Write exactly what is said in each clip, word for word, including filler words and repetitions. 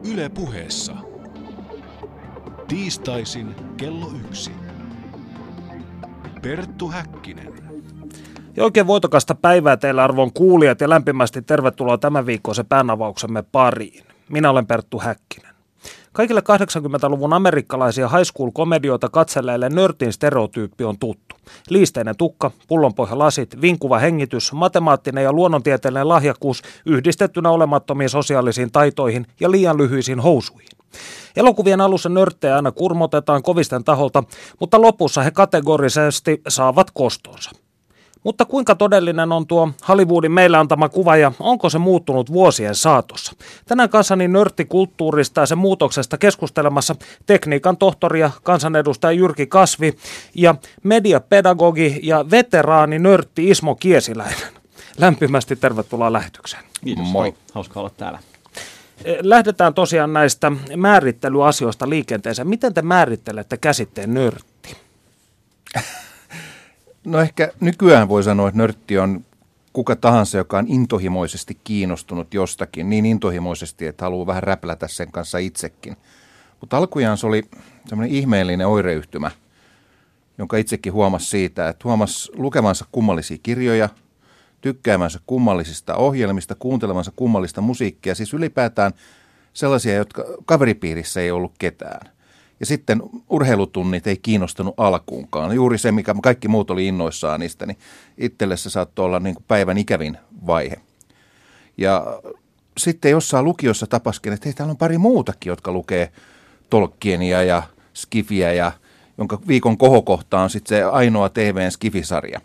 Yle Puheessa. Tiistaisin kello yksi. Perttu Häkkinen. Ja oikein voitokasta päivää teille, arvon kuulijat, ja lämpimästi tervetuloa tämän viikkoisen päänavauksemme pariin. Minä olen Perttu Häkkinen. Kaikille kahdeksankymmentäluvun amerikkalaisia high school-komedioita katselleille nörtin stereotyyppi on tuttu. Liisteinen tukka, pullonpohjalasit, vinkuva hengitys, matemaattinen ja luonnontieteellinen lahjakkuus yhdistettynä olemattomiin sosiaalisiin taitoihin ja liian lyhyisiin housuihin. Elokuvien alussa nörttejä aina kurmotetaan kovisten taholta, mutta lopussa he kategorisesti saavat kostonsa. Mutta kuinka todellinen on tuo Hollywoodin meille antama kuva ja onko se muuttunut vuosien saatossa? Tänään kanssani nörttikulttuurista ja sen muutoksesta keskustelemassa tekniikan tohtori ja kansanedustaja Jyrki Kasvi ja mediapedagogi ja veteraani nörtti Ismo Kiesiläinen. Lämpimästi tervetuloa lähetykseen. Kiitos, moi. Hauska olla täällä. Lähdetään tosiaan näistä määrittelyasioista liikenteeseen. Miten te määrittelette käsitteen nörtti? No ehkä nykyään voi sanoa, että nörtti on kuka tahansa, joka on intohimoisesti kiinnostunut jostakin, niin intohimoisesti, että haluaa vähän räplätä sen kanssa itsekin. Mutta alkujaan se oli semmoinen ihmeellinen oireyhtymä, jonka itsekin huomasi siitä, että huomasi lukemansa kummallisia kirjoja, tykkäämänsä kummallisista ohjelmista, kuuntelemansa kummallista musiikkia, siis ylipäätään sellaisia, jotka kaveripiirissä ei ollut ketään. Ja sitten urheilutunnit ei kiinnostanut alkuunkaan. Juuri se, mikä kaikki muut oli innoissaan niistä, niin itselle se saattoi olla niin kuin päivän ikävin vaihe. Ja sitten jossain lukiossa tapaskin, että hei, täällä on pari muutakin, jotka lukee Tolkienia ja Skifiä, ja jonka viikon kohokohta on sitten se ainoa T V:n Skifisarja.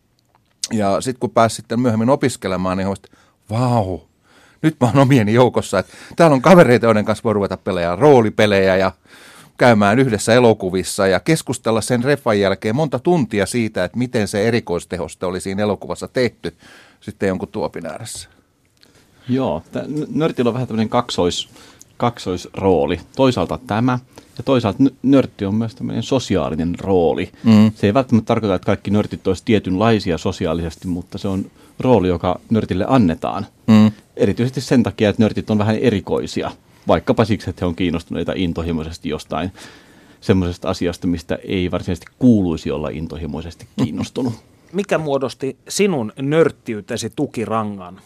Ja sitten kun pääsi sitten myöhemmin opiskelemaan, niin huomasi, vau, nyt mä oon omieni joukossa. Että täällä on kavereita, joiden kanssa voi ruveta pelejä, roolipelejä ja käymään yhdessä elokuvissa ja keskustella sen reffan jälkeen monta tuntia siitä, että miten se erikoistehoste oli siinä elokuvassa tehty sitten jonkun tuopin ääressä. Joo, nörtillä on vähän tämmöinen kaksois, kaksoisrooli. Toisaalta tämä ja toisaalta nörtti on myös tämmöinen sosiaalinen rooli. Mm. Se ei välttämättä tarkoita, että kaikki nörtit olisi tietynlaisia sosiaalisesti, mutta se on rooli, joka nörtille annetaan. Mm. Erityisesti sen takia, että nörtit on vähän erikoisia. Vaikkapa siksi, että he on kiinnostuneita intohimoisesti jostain semmoisesta asiasta, mistä ei varsinaisesti kuuluisi olla intohimoisesti kiinnostunut. Mikä muodosti sinun nörttiytesi tukirangan?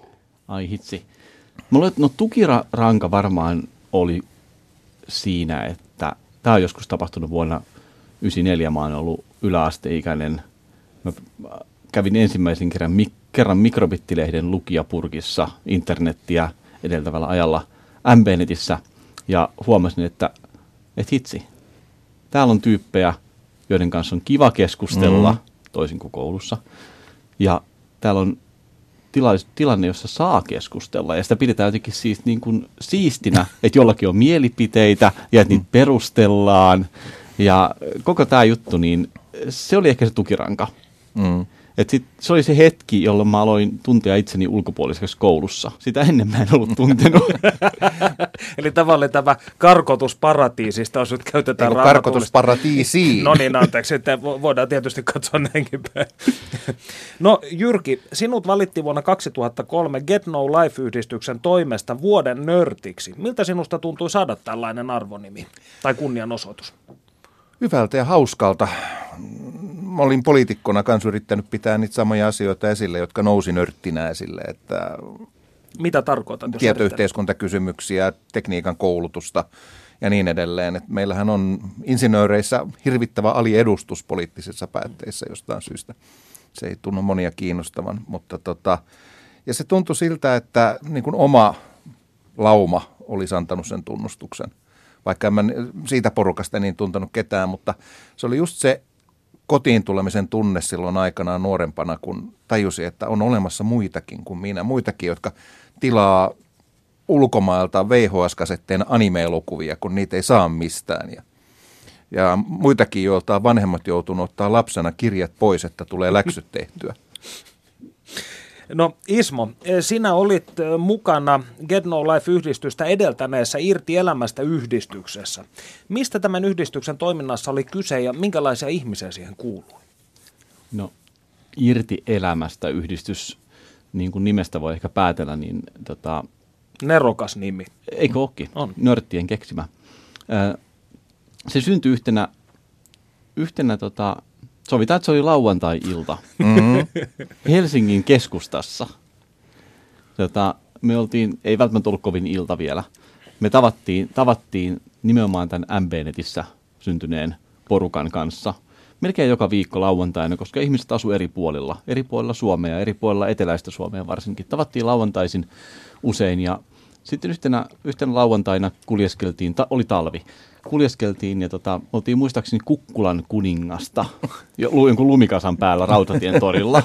Ai hitsi. Mulla, no tukiranka varmaan oli siinä, että tämä on joskus tapahtunut vuonna yhdeksänkymmentäneljä. Mä oon ollut yläasteikäinen. Mä kävin ensimmäisen kerran, kerran mikrobittilehden lukijapurkissa internettiä edeltävällä ajalla M B-netissä ja huomasin, että, että hitsi, täällä on tyyppejä, joiden kanssa on kiva keskustella, mm. toisin kuin koulussa. Ja täällä on tila, tilanne, jossa saa keskustella. Ja sitä pidetään jotenkin siis niin kuin siistinä, että jollakin on mielipiteitä ja että niitä perustellaan. Ja koko tämä juttu, niin se oli ehkä se tukiranka. Mm. Et sit, se oli se hetki, jolloin mä aloin tuntea itseni ulkopuoliseksi koulussa. Sitä ennen mä en ollut tuntenut. Eli tavallaan tämä karkotusparatiisista, jos nyt käytetään raamatullista. Karkotusparatiisiin. No niin, anteeksi. Sitten voidaan tietysti katsoa näinkin päin. No Jyrki, sinut valittiin vuonna kaksituhattakolme Get No Life-yhdistyksen toimesta vuoden nörtiksi. Miltä sinusta tuntui saada tällainen arvonimi tai kunnianosoitus? Hyvältä ja hauskalta. Mä olin poliitikkona kanssa yrittänyt pitää niitä samoja asioita esille, jotka nousi nörttinä esille. Että mitä tarkoitat? Tietoyhteiskuntakysymyksiä, tekniikan koulutusta ja niin edelleen. Et meillähän on insinööreissä hirvittävä aliedustus poliittisissa päätteissä jostain syystä. Se ei tunnu monia kiinnostavan. Mutta tota, ja se tuntui siltä, että niin kuin oma lauma olisi antanut sen tunnustuksen. Vaikka en mä siitä porukasta niin tuntenut ketään, mutta se oli just se kotiin tulemisen tunne silloin aikanaan nuorempana, kun tajusin, että on olemassa muitakin kuin minä. Muitakin, jotka tilaa ulkomailta V H S-kasetteen anime-elokuvia, kun niitä ei saa mistään. Ja, ja muitakin, joilta on vanhemmat joutunut ottaa lapsena kirjat pois, että tulee läksyt tehtyä. No Ismo, sinä olit mukana Get No Life-yhdistystä edeltäneessä Irti elämästä -yhdistyksessä. Mistä tämän yhdistyksen toiminnassa oli kyse ja minkälaisia ihmisiä siihen kuului? No Irti elämästä -yhdistys, niin kuin nimestä voi ehkä päätellä, niin tota, Nerokas nimi. Eikö ookin? On. Nörttien keksimä. Se syntyi yhtenä, yhtenä tota, sovitaan, että se oli lauantai-ilta mm-hmm. Helsingin keskustassa. Tota, me oltiin, ei välttämättä ollut kovin ilta vielä. Me tavattiin, tavattiin nimenomaan tämän M B-netissä syntyneen porukan kanssa melkein joka viikko lauantaina, koska ihmiset asuu eri puolilla, eri puolilla Suomea, eri puolilla eteläistä Suomea varsinkin. Tavattiin lauantaisin usein ja sitten yhtenä, yhtenä lauantaina kuljeskeltiin, ta, oli talvi, kuljeskeltiin ja tota, oltiin muistaakseni Kukkulan kuningasta jonkun lumikasan päällä Rautatien torilla.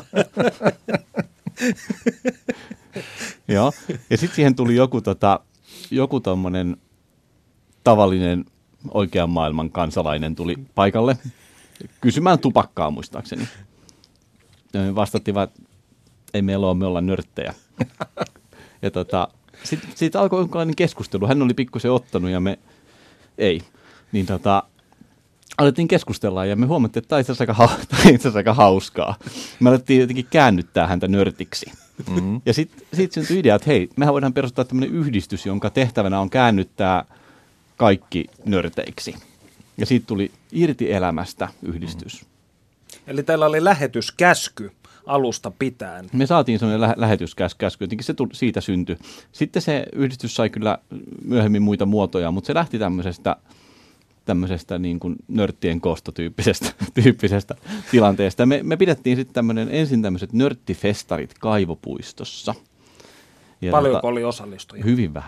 Joo. Ja sitten siihen tuli joku, tota, joku tommonen tavallinen oikean maailman kansalainen tuli paikalle kysymään tupakkaa muistaakseni. Ja me vastattiin vaan, että ei meillä ole, me ollaan nörttejä. Ja tota, sitten siitä alkoi jonkinlainen keskustelu. Hän oli pikkusen ottanut ja me ei. Niin tota, alettiin keskustella ja me huomattiin, että tämä on itse asiassa aika hauskaa. Me alettiin jotenkin käännyttää häntä nörtiksi. Mm-hmm. Ja sitten sit syntyi idea, että hei, mehän voidaan perustaa tämmöinen yhdistys, jonka tehtävänä on käännyttää kaikki nörteiksi. Ja siitä tuli Irti elämästä yhdistys. Mm. Eli teillä oli lähetyskäsky alusta pitäen. Me saatiin sellainen lä- lähetyskäsky, jotenkin se tuli, siitä syntyi. Sitten se yhdistys sai kyllä myöhemmin muita muotoja, mutta se lähti tämmöisestä, tämmöisestä niin kuin nörttien koostotyyppisestä tyyppisestä tilanteesta. Me, me pidettiin sitten tämmöinen, ensin tämmöiset nörttifestarit Kaivopuistossa. Ja paljonko tota, oli osallistujia? Hyvin vähän.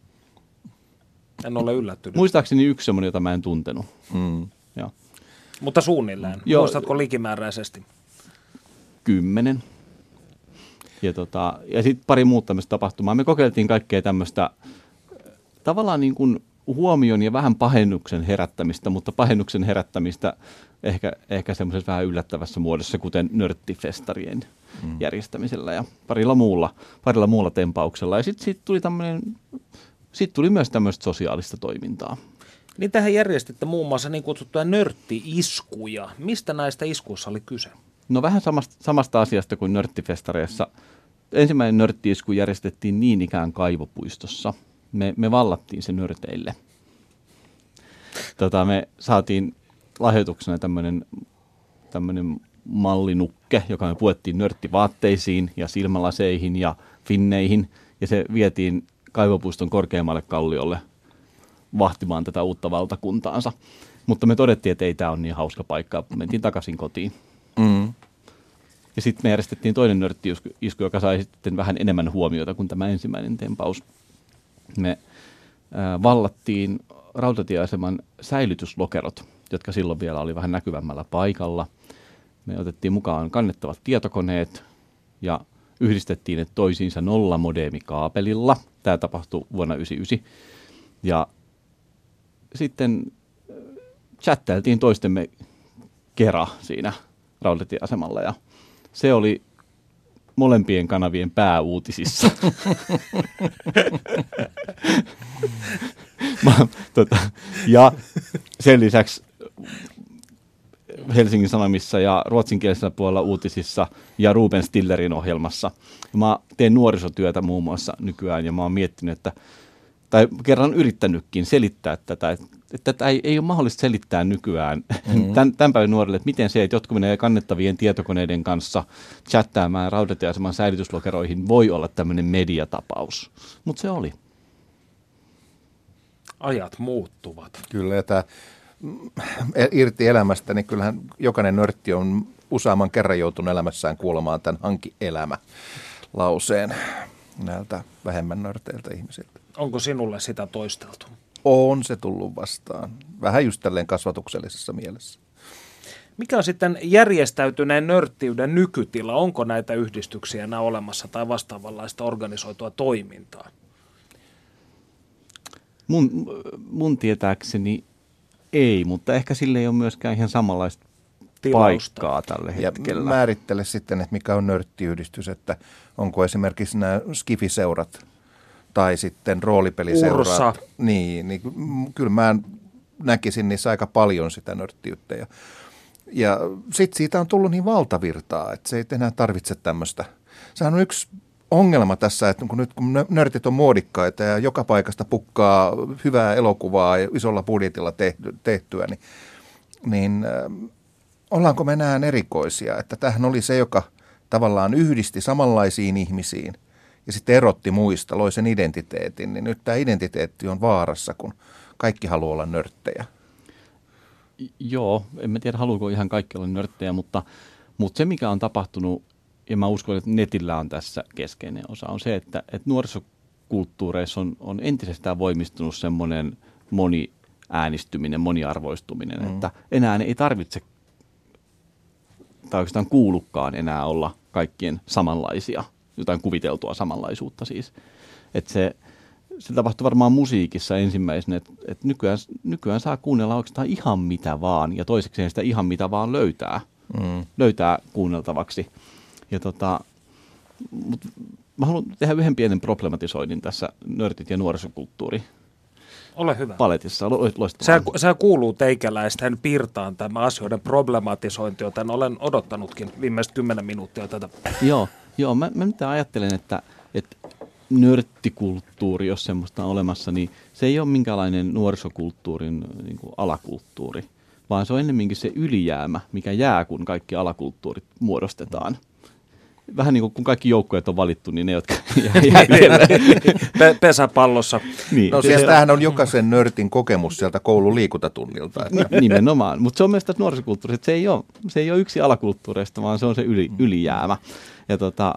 En ole yllättynyt. Muistaakseni yksi semmoinen, jota mä en tuntenut. Mm. Joo. Mutta suunnilleen. Joo. Muistatko likimääräisesti? Kymmenen. Ja, tota, ja sitten pari muuta tämmöistä tapahtumaa. Me kokeiltiin kaikkea tämmöistä tavallaan niin kuin huomion ja vähän pahennuksen herättämistä, mutta pahennuksen herättämistä ehkä, ehkä semmoisessa vähän yllättävässä muodossa, kuten nörttifestarien mm. järjestämisellä ja parilla muulla, parilla muulla tempauksella. Ja sitten sit tuli tämmöinen... Sitten tuli myös tämmöistä sosiaalista toimintaa. Niin tähän järjestitte muun muassa niin kutsuttuja nörtti-iskuja. Mistä näistä iskuissa oli kyse? No vähän samasta, samasta asiasta kuin nörttifestareissa. Ensimmäinen nörtti-isku järjestettiin niin ikään Kaivopuistossa. Me, me vallattiin se nörteille. Tota, me saatiin lahjoituksena tämmöinen, tämmöinen mallinukke, joka me puettiin nörttivaatteisiin ja silmälaseihin ja finneihin. Ja se vietiin Kaivopuiston korkeammalle kalliolle vahtimaan tätä uutta valtakuntaansa. Mutta me todettiin, että ei tämä ole niin hauska paikka. Mentiin takaisin kotiin. Mm. Ja sitten me järjestettiin toinen nörtti-isku, joka sai sitten vähän enemmän huomiota kuin tämä ensimmäinen tempaus. Me äh, vallattiin rautatieaseman säilytyslokerot, jotka silloin vielä oli vähän näkyvämmällä paikalla. Me otettiin mukaan kannettavat tietokoneet ja yhdistettiin ne toisiinsa nollamodeemikaapelilla. Tämä tapahtui vuonna yhdeksänkymmentäyhdeksän. Ja sitten chattailtiin toistemme kera siinä rautatieasemalla. Ja se oli molempien kanavien pääuutisissa. Mä, tota, ja sen lisäksi Helsingin Sanomissa ja ruotsinkielisellä puolella uutisissa ja Ruben Stillerin ohjelmassa. Mä teen nuorisotyötä muun muassa nykyään ja mä oon miettinyt, että, tai kerran yrittänytkin selittää tätä, että, että tätä ei, ei ole mahdollista selittää nykyään mm-hmm. tämän, tämän päivän nuorille, että miten se, että jotkut menee kannettavien tietokoneiden kanssa chattaamaan rautatieaseman säilytyslokeroihin, voi olla tämmöinen mediatapaus. Mutta se oli. Ajat muuttuvat. Kyllä, ja tämä irti elämästä, niin kyllähän jokainen nörtti on useamman kerran joutunut elämässään kuulemaan tämän hanki elämä lauseen näiltä vähemmän nörteiltä ihmisiltä. Onko sinulle sitä toisteltu? On se tullut vastaan. Vähän just tälleen kasvatuksellisessa mielessä. Mikä on sitten järjestäytyneen nörttiyden nykytila? Onko näitä yhdistyksiä enää olemassa tai vastaavanlaista organisoitua toimintaa? Mun, mun tietääkseni ei, mutta ehkä sille ei ole myöskään ihan samanlaista tilausta. Paikkaa tällä hetkellä. Ja määrittele sitten, että mikä on nörttiyhdistys, että onko esimerkiksi nämä skifiseurat tai sitten roolipeliseurat. Ursa. Niin, niin kyllä mä näkisin niissä aika paljon sitä nörttiyttä. Ja, ja sitten siitä on tullut niin valtavirtaa, että se ei enää tarvitse tämmöistä. Sehän on yksi ongelma tässä, että kun nyt kun nörtit on muodikkaita ja joka paikasta pukkaa hyvää elokuvaa ja isolla budjetilla tehty, tehtyä, niin, niin äh, ollaanko me enää erikoisia? Että tämähän oli se, joka tavallaan yhdisti samanlaisiin ihmisiin ja sitten erotti muista, loi sen identiteetin. Niin nyt tämä identiteetti on vaarassa, kun kaikki haluaa olla nörttejä. Joo, en mä tiedä haluuko ihan kaikki olla nörttejä, mutta, mutta se mikä on tapahtunut, ja mä uskon, että netillä on tässä keskeinen osa, on se, että, että nuorisokulttuureissa on, on entisestään voimistunut semmoinen moniäänistyminen, moniarvoistuminen, mm. että enää ei tarvitse, tai oikeastaan kuulukaan enää olla kaikkien samanlaisia, jotain kuviteltua samanlaisuutta siis. Että se, se tapahtui varmaan musiikissa ensimmäisenä, että, että nykyään, nykyään saa kuunnella oikeastaan ihan mitä vaan, ja toisekseen sitä ihan mitä vaan löytää, mm. löytää kuunneltavaksi. Ja tota, mut mä haluan tehdä yhden pienen problematisoinnin tässä nörtit ja nuorisokulttuuri. Ole hyvä. Paletissa. Sä, sä kuuluu teikäläisten piirtaan tämä asioiden problematisointi, joten olen odottanutkin viimeiset kymmenen minuuttia tätä. Joo, joo mä, mä mitä ajattelen, että, että nörttikulttuuri, jos semmoista on olemassa, niin se ei ole minkälainen nuorisokulttuurin niin kuin alakulttuuri, vaan se on ennemminkin se ylijäämä, mikä jää, kun kaikki alakulttuurit muodostetaan. Vähän niin kuin kun kaikki joukkueet on valittu, niin ne, jotka jää jäljelle. Pesäpallossa. Niin. No siis tämähän on jokaisen nörtin kokemus sieltä koulun liikuntatunnilta. Nimenomaan, mutta se on myös tässä nuorisokulttuurissa, että se ei ole, se ei ole yksi alakulttuureista, vaan se on se yli, ylijäämä. Ja, tota,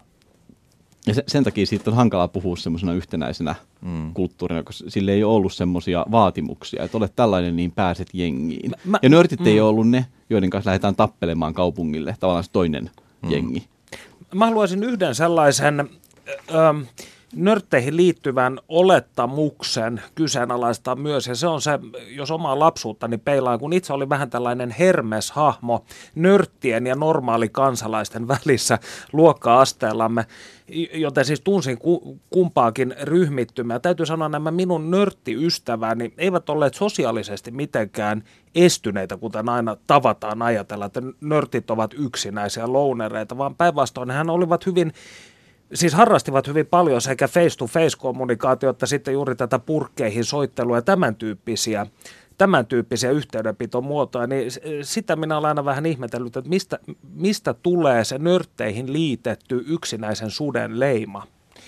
ja se, sen takia siitä on hankalaa puhua semmoisena yhtenäisenä mm. kulttuurina, koska sille ei ole ollut semmoisia vaatimuksia, että olet tällainen, niin pääset jengiin. Mä, ja nörtit mm. ei ole ollut ne, joiden kanssa lähdetään tappelemaan kaupungille, tavallaan se toinen mm. jengi. Mä haluaisin yhden sellaisen ö, nörtteihin liittyvän olettamuksen kyseenalaistaa myös, ja se on se, jos omaa lapsuuttani peilaan, kun itse oli vähän tällainen Hermes-hahmo nörttien ja normaalikansalaisten välissä luokka-asteellamme, joten siis tunsin ku, kumpaakin ryhmittymää. Täytyy sanoa, nämä minun nörttiystäväni eivät olleet sosiaalisesti mitenkään estyneitä, kuten aina tavataan ajatella, että nörtit ovat yksinäisiä lounereita, vaan päinvastoin hän olivat hyvin, siis harrastivat hyvin paljon sekä face-to-face-kommunikaatiota, sitten juuri tätä purkkeihin soittelua ja tämän tyyppisiä, tämän tyyppisiä yhteydenpitomuotoja, niin sitä minä olen aina vähän ihmetellyt, että mistä, mistä tulee se nörtteihin liitetty yksinäisen suden leima?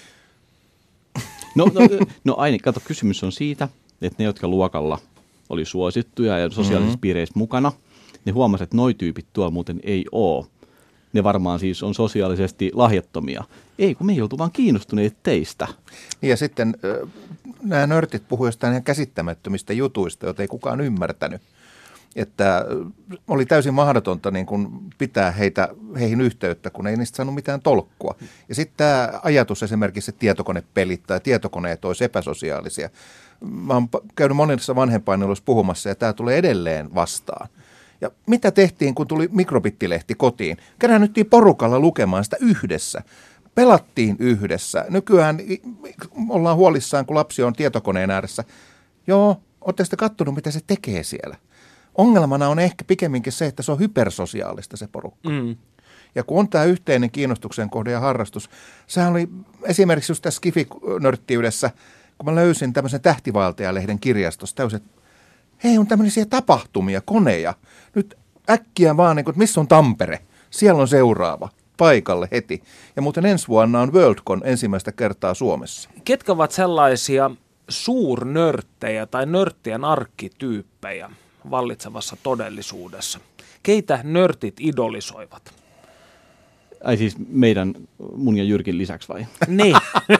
No, no, no aina, kato, kysymys on siitä, että ne, jotka luokalla oli suosittuja ja sosiaalisissa mm-hmm. piireissä mukana, ne huomasivat, että noi tyypit tuolla muuten ei ole. Ne varmaan siis on sosiaalisesti lahjattomia. Ei, kun me ei oltu vaan kiinnostuneet teistä. Ja sitten äh, nämä nörtit puhuivat jostain ihan käsittämättömistä jutuista, joita ei kukaan ymmärtänyt. Että äh, oli täysin mahdotonta niin kun pitää heitä, heihin yhteyttä, kun ei niistä saanut mitään tolkkua. Ja sitten tämä ajatus esimerkiksi, että tietokonepelit tai tietokoneet olisi epäsosiaalisia. Mä oon käynyt monissa vanhempainneluissa puhumassa ja tämä tulee edelleen vastaan. Ja mitä tehtiin, kun tuli mikrobittilehti kotiin? Keräännyttiin porukalla lukemaan sitä yhdessä. Pelattiin yhdessä. Nykyään ollaan huolissaan, kun lapsi on tietokoneen ääressä. Joo, ootte sitten kattonut, mitä se tekee siellä? Ongelmana on ehkä pikemminkin se, että se on hypersosiaalista se porukka. Mm. Ja kun on tämä yhteinen kiinnostuksen kohde ja harrastus, sehän oli esimerkiksi just tässä Skifi-nörttiydessä, kun mä löysin tämmöisen Tähtivaeltaja-lehden kirjastosta, täysin, hei, on tämmöisiä tapahtumia, koneja. Nyt äkkiä vaan, niin kuin, että missä on Tampere? Siellä on seuraava. Paikalle heti. Ja muuten ensi vuonna on Worldcon ensimmäistä kertaa Suomessa. Ketkä ovat sellaisia suurnörttejä tai nörttien arkkityyppejä vallitsevassa todellisuudessa? Keitä nörtit idolisoivat? Ai siis meidän, mun ja Jyrkin lisäksi vai? Niin.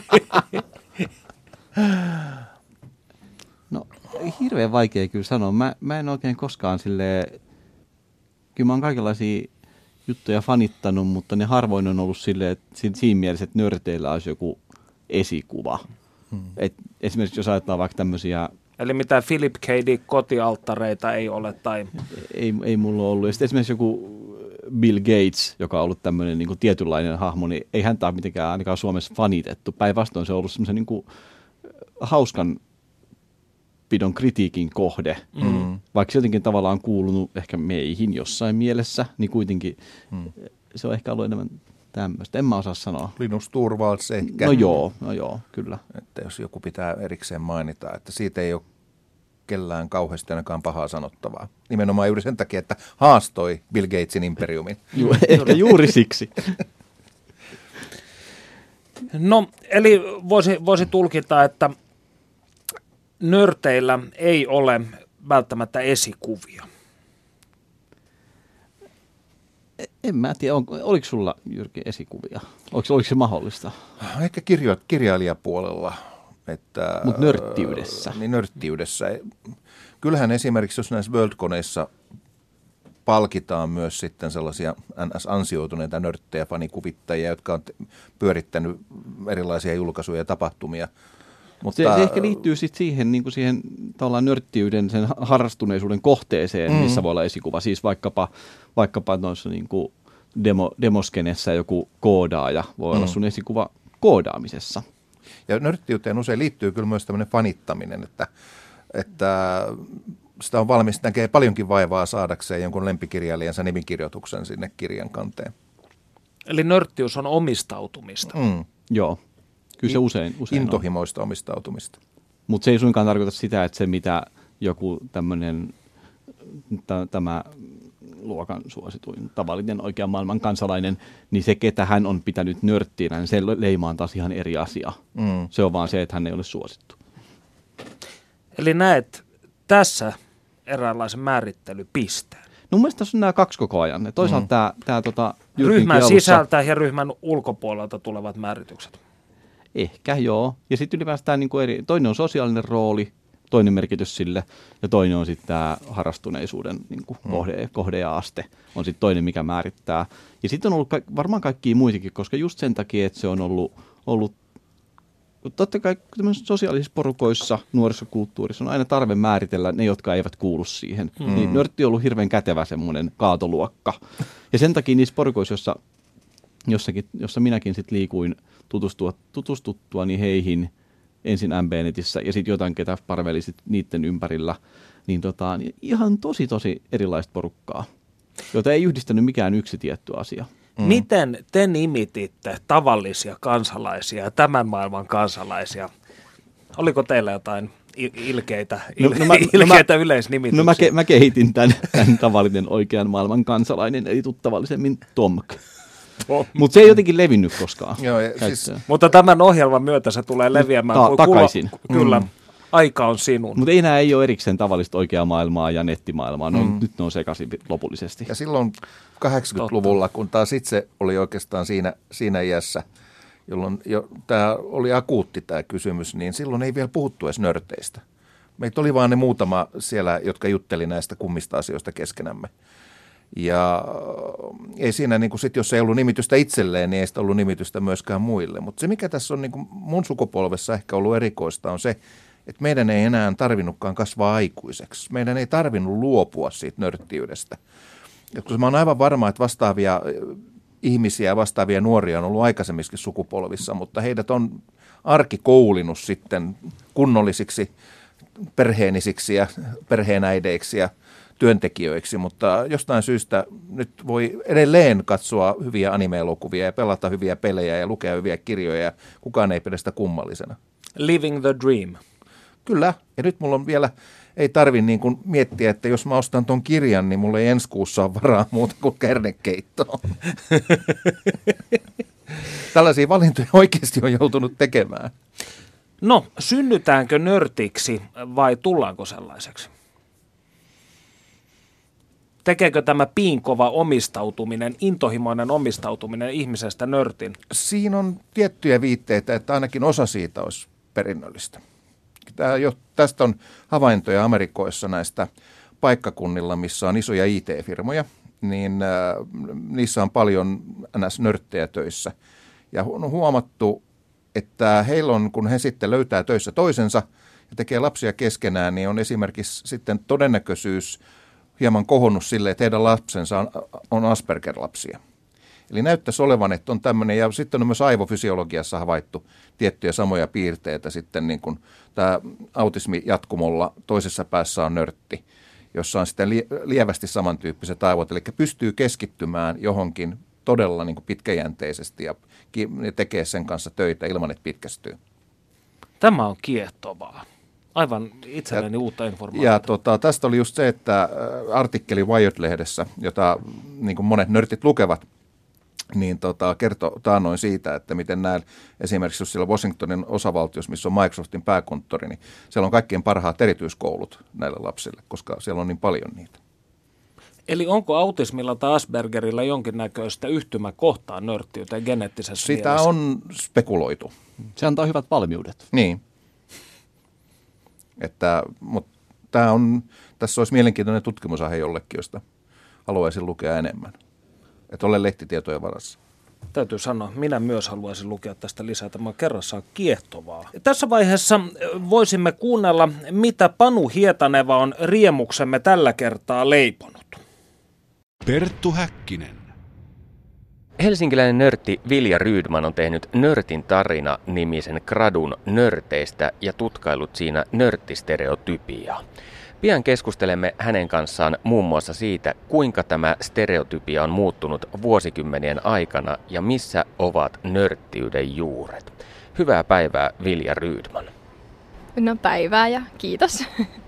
No hirveän vaikea kyllä sanoa. Mä, mä en oikein koskaan silleen, kyllä mä oon kaikenlaisia juttuja fanittanut, mutta ne harvoin on ollut silleen, että siinä mielessä, että nörteillä olisi joku esikuva. Hmm. Et esimerkiksi jos ajatellaan vaikka tämmöisiä... Eli mitään Philip K. Dick kotialttareita ei ole tai... Ei, ei mulla ole ollut. Ja sitten esimerkiksi joku Bill Gates, joka on ollut tämmöinen niin kuin tietynlainen hahmo, niin ei häntä ole mitenkään ainakaan Suomessa fanitettu. Päinvastoin se on ollut semmoisen niin kuin hauskan pidon kritiikin kohde. Mm. Vaikka se jotenkin tavallaan on kuulunut ehkä meihin jossain mielessä, niin kuitenkin mm. se on ehkä ollut enemmän tämmöistä. En mä osaa sanoa. Linus Torvalds ehkä. No joo, no joo, kyllä. Että jos joku pitää erikseen mainita, että siitä ei ole kellään kauheasti ainakaan pahaa sanottavaa. Nimenomaan juuri sen takia, että haastoi Bill Gatesin imperiumin. Ju, ehkä juuri siksi. No, eli voisi, voisi tulkita, että nörteillä ei ole välttämättä esikuvia. En mä tiedä, on, oliko sulla, Jyrki, esikuvia? Oliko, oliko se mahdollista? Ehkä kirjo, kirjailijapuolella. Mutta nörttiydessä. Niin nörttiydessä. Kyllähän esimerkiksi, jos näissä Worldconeissa palkitaan myös sitten sellaisia N S-ansioituneita nörttejä, fanikuvittajia, jotka on pyörittänyt erilaisia julkaisuja ja tapahtumia. Mutta se, se ehkä liittyy sitten siihen, niin kuin siihen nörttiyden, sen harrastuneisuuden kohteeseen, mm. missä voi olla esikuva. Siis vaikkapa, vaikkapa noissa niin kuin demo, demoskenessä joku koodaaja voi mm. olla sun esikuva koodaamisessa. Ja nörttiyteen usein liittyy kyllä myös tämmöinen fanittaminen, että, että sitä on valmis, näkee paljonkin vaivaa saadakseen jonkun lempikirjailijansa nimikirjoituksen sinne kirjan kanteen. Eli nörttiys on omistautumista. Mm. Joo, kyllä se usein, usein Intohimoista on. Omistautumista. Mutta se ei suinkaan tarkoita sitä, että se mitä joku tämmöinen t- tämä luokan suosituin tavallinen oikean maailman kansalainen, niin se, ketä hän on pitänyt nörttinä, niin se leima on taas ihan eri asia. Mm. Se on vaan se, että hän ei ole suosittu. Eli näet tässä eräänlaisen määrittelypisteen. No mun mielestä tässä on nämä kaksi koko ajan. Toisaalta mm. tämä, tämä tota, ryhmän alussa, sisältä ja ryhmän ulkopuolelta tulevat määritykset. Ehkä joo. Ja sitten ylipäänsä tämä niin kuin eri, toinen on sosiaalinen rooli, toinen merkitys sille, ja toinen on sitten tämä harrastuneisuuden niin kuin mm. kohde, kohde ja aste on sitten toinen, mikä määrittää. Ja sitten on ollut ka- varmaan kaikkia muitakin, koska just sen takia, että se on ollut, ollut totta kai sosiaalisissa porukoissa, nuorisokulttuurissa on aina tarve määritellä ne, jotka eivät kuulu siihen. Mm. Niin nörtti on ollut hirveän kätevä semmoinen kaatoluokka. Ja sen takia niissä porukoissa, jossa, jossakin, jossa minäkin sitten liikuin tutustua, tutustuttua niin heihin, ensin M B-netissä ja sitten jotain, ketä parveli sit niiden ympärillä, niin, tota, niin ihan tosi tosi erilaista porukkaa, jota ei yhdistänyt mikään yksi tietty asia. Mm. Miten te nimititte tavallisia kansalaisia ja tämän maailman kansalaisia? Oliko teillä jotain ilkeitä, il- no, no mä, ilkeitä no yleisnimityksiä? No mä, ke, mä kehitin tämän, tämän tavallisen oikean maailman kansalainen, eli tuttavallisemmin Tomk. Mutta se ei jotenkin levinnyt koskaan. Joo, siis, mutta tämän ohjelman myötä se tulee leviämään. Ta- takaisin. Kuva, kyllä, mm. aika on sinun. Mutta enää ei ole erikseen tavallista oikeaa maailmaa ja nettimaailmaa. No, mm. Nyt ne on sekaisin lopullisesti. Ja silloin kahdeksankymmentäluvulla, kun taas itse oli oikeastaan siinä, siinä iässä, jolloin jo, tämä oli akuutti tämä kysymys, niin silloin ei vielä puhuttu edes nörteistä. Meitä oli vaan ne muutama siellä, jotka jutteli näistä kummista asioista keskenämme. Ja ei siinä, niin kuin sit, jos ei ollut nimitystä itselleen, niin ei sitä ollut nimitystä myöskään muille. Mutta se, mikä tässä on niin kuin mun sukupolvessa ehkä ollut erikoista, on se, että meidän ei enää tarvinnutkaan kasvaa aikuiseksi. Meidän ei tarvinnut luopua siitä nörttiydestä. Ja koska mä oon aivan varma, että vastaavia ihmisiä ja vastaavia nuoria on ollut aikaisemminkin sukupolvissa, mutta heidät on arki koulinut sitten kunnollisiksi perheenisiksi ja perheenäideiksi ja työntekijöiksi, mutta jostain syystä nyt voi edelleen katsoa hyviä anime-elokuvia ja pelata hyviä pelejä ja lukea hyviä kirjoja ja kukaan ei pidä sitä kummallisena. Living the dream. Kyllä, ja nyt mulla on vielä, ei tarvi niin kuin miettiä, että jos mä ostan ton kirjan, niin mulla ei ensi kuussa ole varaa muuta kuin kernekeittoon. Tällaisia valintoja oikeasti on joutunut tekemään. No, synnytäänkö nörtiksi vai tullaanko sellaiseksi? Tekeekö tämä piinkova omistautuminen, intohimoinen omistautuminen ihmisestä nörtin? Siinä on tiettyjä viitteitä, että ainakin osa siitä olisi perinnöllistä. Tämä jo, tästä on havaintoja Amerikoissa näistä paikkakunnilla, missä on isoja I T-firmoja, niin äh, niissä on paljon ns. Nörttejä töissä. Ja on huomattu, että heillä on, kun he sitten löytää töissä toisensa ja tekee lapsia keskenään, niin on esimerkiksi sitten todennäköisyys hieman kohonnut sille, että heidän lapsensa on, on Asperger-lapsia. Eli näyttäisi olevan, että on tämmöinen, ja sitten on myös aivofysiologiassa havaittu tiettyjä samoja piirteitä sitten, niin kuin tämä autismijatkumolla toisessa päässä on nörtti, jossa on sitten lievästi samantyyppiset aivot, eli pystyy keskittymään johonkin todella niin kuin pitkäjänteisesti ja, ja tekee sen kanssa töitä ilman, että pitkästyy. Tämä on kiehtovaa. Aivan itselleni ja, uutta informaatiota. Ja tota, tästä oli just se, että artikkeli Wired-lehdessä, jota niin kuin monet nörtit lukevat, niin tota, kertoi taannoin siitä, että miten näillä esimerkiksi jos siellä Washingtonin osavaltiossa, missä on Microsoftin pääkonttori, niin siellä on kaikkein parhaat erityiskoulut näille lapsille, koska siellä on niin paljon niitä. Eli onko autismilla tai Aspergerilla jonkinnäköistä yhtymäkohtaa nörttiyteen geneettisessä Sitä mielessä? on spekuloitu. Se antaa hyvät valmiudet. Niin. Että, mutta tämä on, tässä olisi mielenkiintoinen tutkimusaihe jollekin, josta haluaisin lukea enemmän. Että olen lehtitietojen varassa. Täytyy sanoa, minä myös haluaisin lukea tästä lisää. Tämä on kerrassaan kiehtovaa. Tässä vaiheessa voisimme kuunnella, mitä Panu Hietaneva on riemuksemme tällä kertaa leiponut. Perttu Häkkinen. Helsinkiläinen nörtti Vilja Rydman on tehnyt Nörtin tarina -nimisen gradun nörteistä ja tutkailut siinä nörttistereotypiaa. Pian keskustelemme hänen kanssaan muun muassa siitä, kuinka tämä stereotypia on muuttunut vuosikymmenien aikana ja missä ovat nörttiyden juuret. Hyvää päivää, Vilja Rydman. No päivää ja kiitos.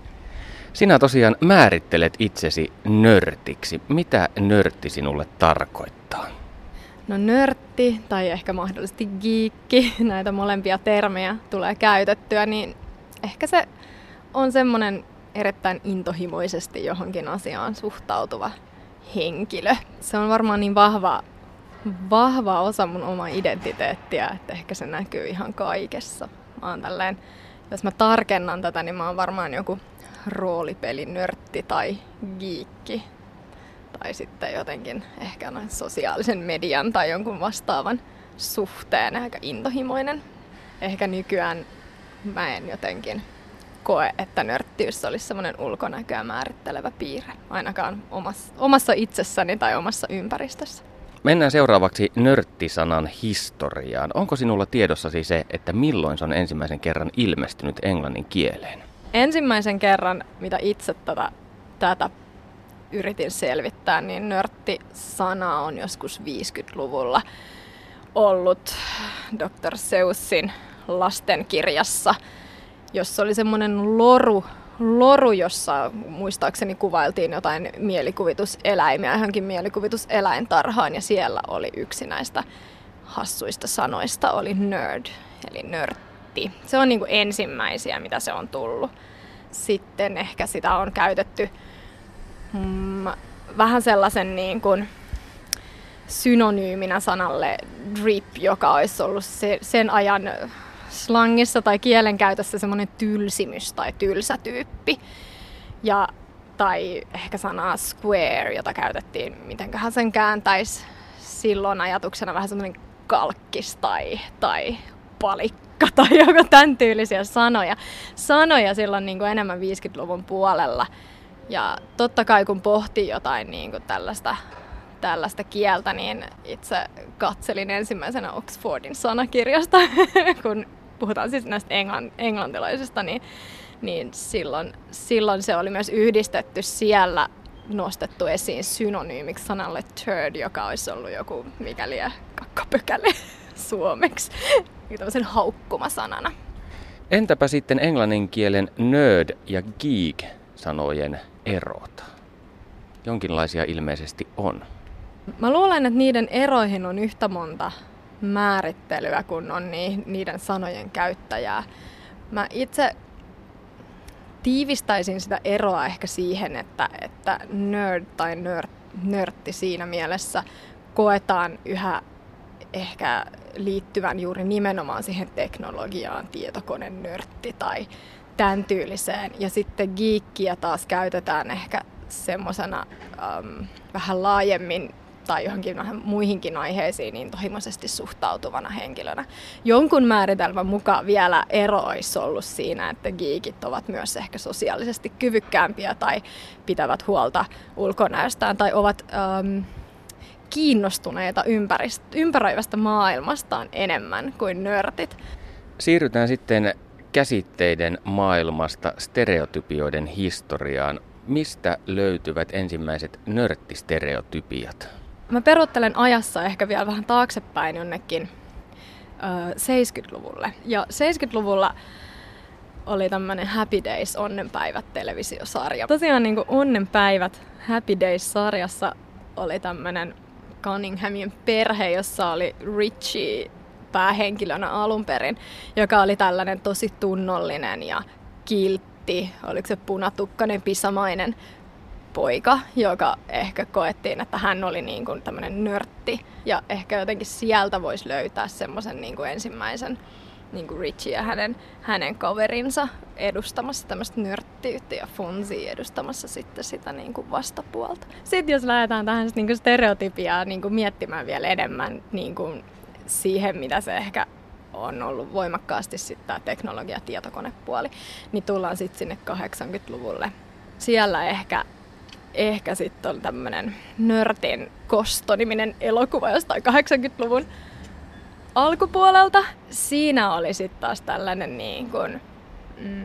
Sinä tosiaan määrittelet itsesi nörtiksi. Mitä nörtti sinulle tarkoittaa? No nörtti tai ehkä mahdollisesti giikki, näitä molempia termejä tulee käytettyä, niin ehkä se on semmoinen erittäin intohimoisesti johonkin asiaan suhtautuva henkilö. Se on varmaan niin vahva, vahva osa mun omaa identiteettiä, että ehkä se näkyy ihan kaikessa. Mä oon tälleen, jos mä tarkennan tätä, niin mä oon varmaan joku roolipelinörtti tai giikki. Tai sitten jotenkin ehkä noin sosiaalisen median tai jonkun vastaavan suhteen aika intohimoinen. Ehkä nykyään mä en jotenkin koe, että nörttiys olisi semmoinen ulkonäköä määrittelevä piirre, ainakaan omassa, omassa itsessäni tai omassa ympäristössä. Mennään seuraavaksi nörttisanan historiaan. Onko sinulla tiedossasi se, että milloin se on ensimmäisen kerran ilmestynyt englannin kieleen? Ensimmäisen kerran, mitä itse tätä, tätä yritin selvittää, niin nörtti-sana on joskus viisikymmentäluvulla ollut doktor Seussin lastenkirjassa, jossa oli semmoinen loru, loru, jossa muistaakseni kuvailtiin jotain mielikuvituseläimiä, johonkin mielikuvituseläintarhaan, ja siellä oli yksi näistä hassuista sanoista, oli nerd, eli nörtti. Se on niin kuin ensimmäisiä, mitä se on tullut. Sitten ehkä sitä on käytetty mm, vähän sellaisen niin kuin synonyyminä sanalle drip, joka olisi ollut se, sen ajan slangissa tai kielenkäytössä semmoinen tylsimys tai tylsä tyyppi. Ja, tai ehkä sanaa square, jota käytettiin, mitenköhän sen kääntäisi silloin ajatuksena vähän semmoinen kalkkis tai, tai palikka tai joku tämän tyylisiä sanoja. Sanoja silloin niin kuin enemmän viisikymmentäluvun puolella. Ja totta kai kun pohtii jotain niin kuin tällaista, tällaista kieltä, niin itse katselin ensimmäisenä Oxfordin sanakirjasta, kun puhutaan siis näistä englann, englantilaisista, niin, niin silloin, silloin se oli myös yhdistetty siellä, nostettu esiin synonyymiksi sanalle turd, joka olisi ollut joku mikäli kakkapökäle suomeksi, tämmöisen haukkumasanana. Entäpä sitten englannin kielen nerd ja geek sanojen erot? Jonkinlaisia ilmeisesti on. Mä luulen, että niiden eroihin on yhtä monta määrittelyä, kun on niiden sanojen käyttäjää. Mä itse tiivistäisin sitä eroa ehkä siihen, että, että nerd tai nörd, nörtti siinä mielessä koetaan yhä ehkä liittyvän juuri nimenomaan siihen teknologiaan, tietokonenörtti tai tämän tyyliseen. Ja sitten geekkiä taas käytetään ehkä semmosena um, vähän laajemmin tai johonkin vähän muihinkin aiheisiin intohimoisesti suhtautuvana henkilönä. Jonkun määritelmän mukaan vielä ero olisi ollut siinä, että geekit ovat myös ehkä sosiaalisesti kyvykkäämpiä tai pitävät huolta ulkonäöstään tai ovat um, kiinnostuneita ympärist- ympäröivästä maailmastaan enemmän kuin nörtit. Siirrytään sitten käsitteiden maailmasta stereotypioiden historiaan. Mistä löytyvät ensimmäiset nörttistereotypiat? mä peruuttelen ajassa ehkä vielä vähän taaksepäin jonnekin ö, seitsemänkymmentäluvulle. Ja seitsemänkymmentäluvulla oli tämmöinen Happy Days Onnenpäivät -televisiosarja. Tosiaan niin kuin Onnenpäivät Happy Days-sarjassa oli tämmöinen Cunninghamien perhe, jossa oli Richie päähenkilönä alun perin, joka oli tällainen tosi tunnollinen ja kiltti, oliko se punatukkainen pisamainen poika, joka ehkä koettiin, että hän oli niin kuin tämmöinen nörtti. Ja ehkä jotenkin sieltä voisi löytää semmoisen niin kuin ensimmäisen niin kuin Richie ja hänen, hänen kaverinsa edustamassa tämmöistä nörttiyttä ja Fonzie edustamassa sitten sitä niin kuin vastapuolta. Sitten jos lähdetään tähän niin kuin stereotypiaa niin kuin miettimään vielä enemmän niin kuin siihen, mitä se ehkä on ollut voimakkaasti sitten tämä teknologia- ja tietokonepuoli, niin tullaan sitten sinne kahdeksankymmentäluvulle. Siellä ehkä, ehkä sitten on tämmöinen Nörtin kosto-niminen elokuva jostain kahdeksankymmentäluvun alkupuolelta. Siinä oli sitten taas tällainen niin kuin, mm,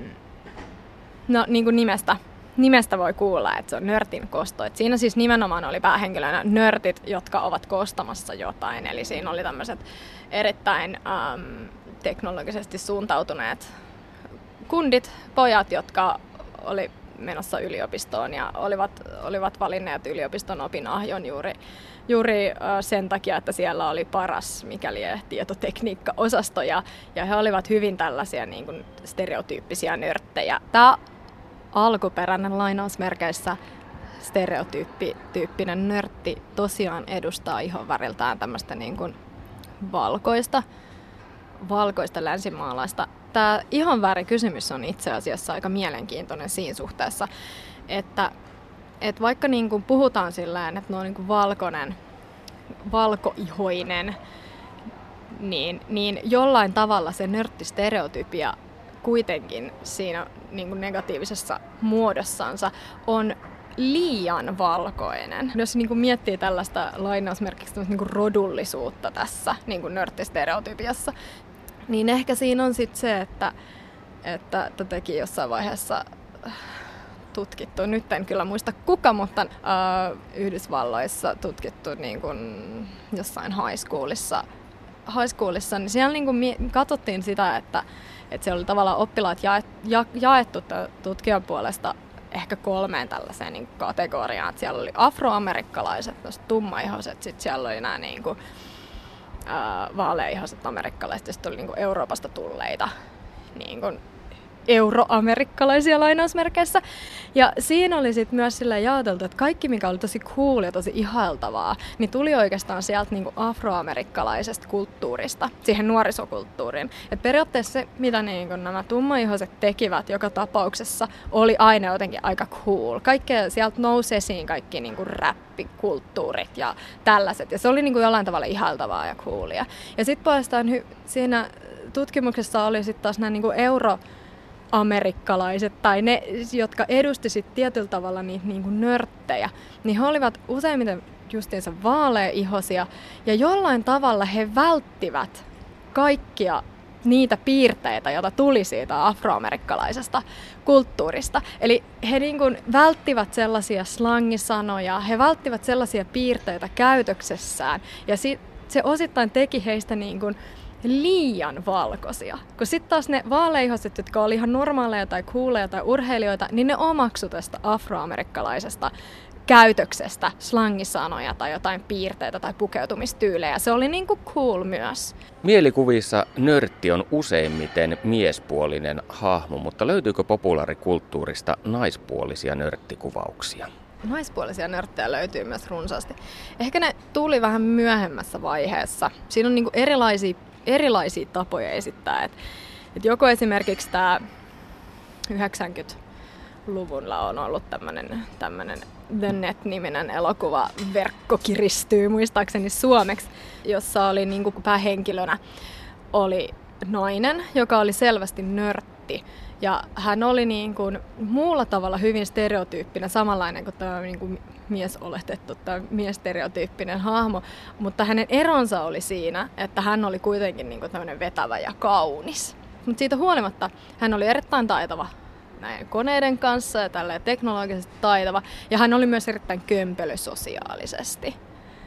no niin kuin nimestä, nimestä voi kuulla, että se on nörtin kosto. Et siinä siis nimenomaan oli päähenkilönä nörtit, jotka ovat kostamassa jotain. Eli siinä oli tämmöiset erittäin äm, teknologisesti suuntautuneet kundit, pojat, jotka oli menossa yliopistoon ja olivat, olivat valinneet yliopiston opinahjon juuri, juuri sen takia, että siellä oli paras mikäli tietotekniikka-osasto ja, ja he olivat hyvin tällaisia niin kuin stereotyyppisiä nörttejä. Tämä alkuperäinen lainausmerkeissä stereotyyppinen nörtti tosiaan edustaa ihonväriltään tämmöistä niin kuin valkoista, valkoista länsimaalaista. Tämä ihonvärikysymys on itse asiassa aika mielenkiintoinen siinä suhteessa, että, että vaikka niin kuin puhutaan sillään, että ne on niin kuin valkoinen, valkoihoinen, niin, niin jollain tavalla se nörttistereotypia kuitenkin siinä niin kuin negatiivisessa muodossansa on liian valkoinen. Jos niin kuin miettii tällaista lainausmerkiksi niin kuin rodullisuutta tässä niin kuin nörttistereotypiassa, niin ehkä siinä on sitten se, että, että tätäkin jossain vaiheessa tutkittu, nyt en kyllä muista kuka, mutta äh, Yhdysvalloissa tutkittu niin kuin jossain high schoolissa, high schoolissa, niin siellä niin kuin mie- katsottiin sitä, että, että siellä oli tavallaan oppilaat jaet, ja, jaettu tutkijan puolesta ehkä kolmeen tällaiseen niin kuin kategoriaan. Että siellä oli afroamerikkalaiset, tummaihoiset, sitten siellä oli nämä niin kuin, ää, vaaleaihoiset amerikkalaiset ja sitten oli niin kuin Euroopasta tulleita niin kuin euroamerikkalaisia lainausmerkeissä. Ja siinä oli sitten myös sillä jaoteltu, että kaikki mikä oli tosi cool ja tosi ihailtavaa, niin tuli oikeastaan sieltä niinku afroamerikkalaisesta kulttuurista, siihen nuorisokulttuuriin. Et periaatteessa se, mitä niinku nämä tummaihoiset tekivät joka tapauksessa, oli aina jotenkin aika cool. Kaikkea sieltä nousi esiin kaikki niinku räppikulttuurit ja tällaiset. Ja se oli niinku jollain tavalla ihailtavaa ja coolia. Ja sitten puolestaan hy- siinä tutkimuksessa oli sitten taas nämä niinku euro amerikkalaiset tai ne, jotka edusti sit tietyllä tavalla niitä niin kuin nörttejä, niin he olivat useimmiten justiinsa vaaleihoisia ja jollain tavalla he välttivät kaikkia niitä piirteitä, joita tuli siitä afroamerikkalaisesta kulttuurista. Eli he niin kuin välttivät sellaisia slangisanoja, he välttivät sellaisia piirteitä käytöksessään ja sit se osittain teki heistä niin kuin liian valkoisia. Kun sitten taas ne vaaleihoiset, jotka oli ihan normaaleja tai cooleja tai urheilijoita, niin ne omaksu tästä afroamerikkalaisesta käytöksestä slangisanoja tai jotain piirteitä tai pukeutumistyylejä. Se oli niinku cool myös. Mielikuvissa nörtti on useimmiten miespuolinen hahmo, mutta löytyykö populaarikulttuurista naispuolisia nörttikuvauksia? Naispuolisia nörttejä löytyy myös runsaasti. Ehkä ne tuli vähän myöhemmässä vaiheessa. Siinä on niinku erilaisia erilaisia tapoja esittää. Et, et joko esimerkiksi tämä yhdeksänkymmentäluvulla on ollut tämmöinen The Net-niminen elokuva, Verkko kiristyy muistaakseni suomeksi, jossa oli niinku päähenkilönä oli nainen, joka oli selvästi nörtti. Ja hän oli niin kuin muulla tavalla hyvin stereotyyppinen, samanlainen kuin tämä niin kuin miesoletettu, tämä miesstereotyyppinen hahmo. Mutta hänen eronsa oli siinä, että hän oli kuitenkin niin kuin tämmöinen vetävä ja kaunis. Mutta siitä huolimatta hän oli erittäin taitava näin koneiden kanssa ja tälleen teknologisesti taitava. Ja hän oli myös erittäin kömpelö sosiaalisesti.